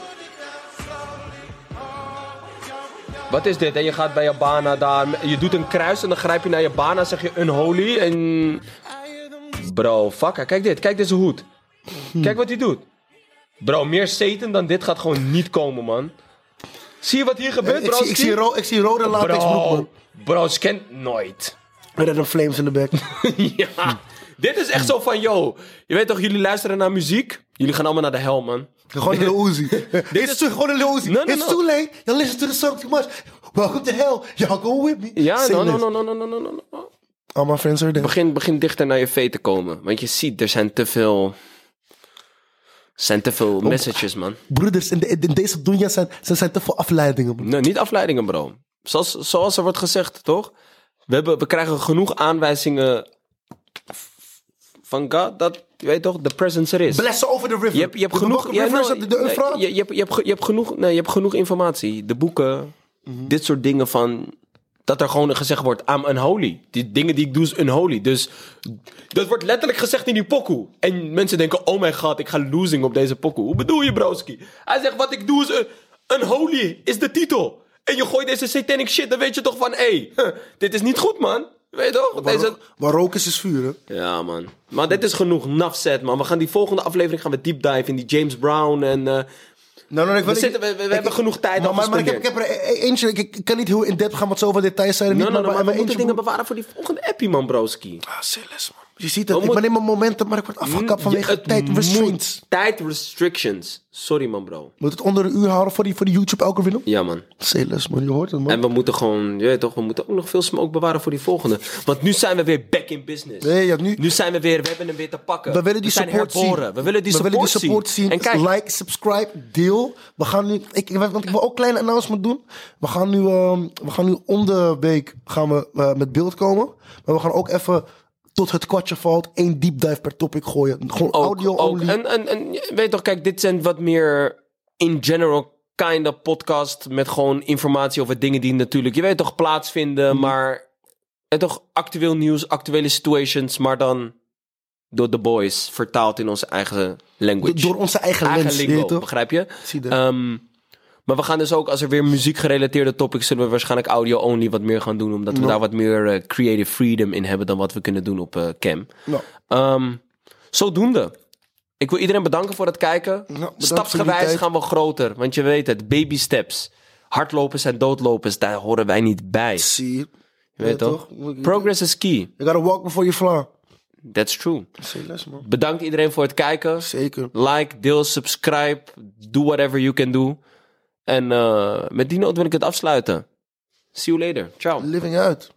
Wat is dit? En je gaat bij je bana daar. Je doet een kruis en dan grijp je naar je bana. Zeg je unholy. En... Bro, fuck. Kijk dit. Kijk deze hoed. Kijk wat hij doet. Bro, meer Satan dan dit gaat gewoon niet komen, man. Zie je wat hier gebeurt, bro? Ik zie rode latex broek, man. Bro, scan nooit. Met een flames in de bek. Ja. Dit is echt zo van, yo. Je weet toch, jullie luisteren naar muziek. Jullie gaan allemaal naar de hel, man. Gewoon een Lil Uzi. Dit is gewoon een Lil Uzi. It's too late. You listen to the song too much. Welcome to hell. Y'all go with me. Ja, no. All my friends are there. Begin dichter naar je vee te komen. Want je ziet, er zijn te veel messages, man. Broeders, in deze dunya zijn te veel afleidingen, man. Nee, niet afleidingen, bro. Zoals er wordt gezegd, toch? We krijgen genoeg aanwijzingen van God dat, je weet toch, de presence er is. Blessen over the river. Je hebt genoeg... Je hebt genoeg informatie. De boeken, dit soort dingen van... Dat er gewoon gezegd wordt, I'm unholy. Die dingen die ik doe is unholy. Dus dat wordt letterlijk gezegd in die pokoe. En mensen denken, oh my god, ik ga losing op deze pokoe. Hoe bedoel je, broski? Hij zegt, wat ik doe is unholy, is de titel. En je gooit deze satanic shit, dan weet je toch van, dit is niet goed, man. Weet je toch? Waar rook is vuur, hè? Ja, man. Maar dit is genoeg. Enough said, man. We gaan die volgende aflevering gaan we deep dive in die James Brown en... We hebben genoeg tijd. Maar ik heb er eentje. Ik kan niet heel in depth gaan, want zoveel details zijn er niet. Maar we moeten dingen bewaren voor die volgende appie, man, broski. Silles, man. Je ziet het. Ik ben in mijn momenten, maar ik word afgekapt vanwege tijd restrictions. Sorry, man, bro. Moet het onder een uur houden voor die YouTube-algoritme? Ja, man. Silles, man. Je hoort het, man. En we moeten gewoon, je weet toch, we moeten ook nog veel smoke bewaren voor die volgende. Want nu zijn we weer back in business. Nee, ja, nu zijn we weer, we hebben hem weer te pakken. We willen die support zien. We willen die support zien. En kijk, like, subscribe, deel. We gaan nu, want ik wil ook een kleine announcement doen. We gaan nu om de week met beeld komen. Maar we gaan ook even... Tot het kwartje valt, 1 deep dive per topic gooien. Gewoon audio-only. En weet toch, kijk, dit zijn wat meer in general kind of podcast met gewoon informatie over dingen die natuurlijk, je weet toch, plaatsvinden, maar toch actueel nieuws, actuele situations, maar dan door de boys vertaald in onze eigen language. Door onze eigen lens, lingo, begrijp je? Maar we gaan dus ook, als er weer muziek-gerelateerde topics, zullen we waarschijnlijk audio-only wat meer gaan doen. Omdat we daar wat meer creative freedom in hebben dan wat we kunnen doen op Cam. Zodoende. Ik wil iedereen bedanken voor het kijken. Stapsgewijs gaan we groter. Want je weet het, baby steps. Hardlopers en doodlopers, daar horen wij niet bij. Zie je. Weet toch? Progress is key. You gotta walk before you fly. That's true. Less, man. Bedankt iedereen voor het kijken. Zeker. Like, deel, subscribe. Do whatever you can do. En met die noot wil ik het afsluiten. See you later. Ciao. Living out.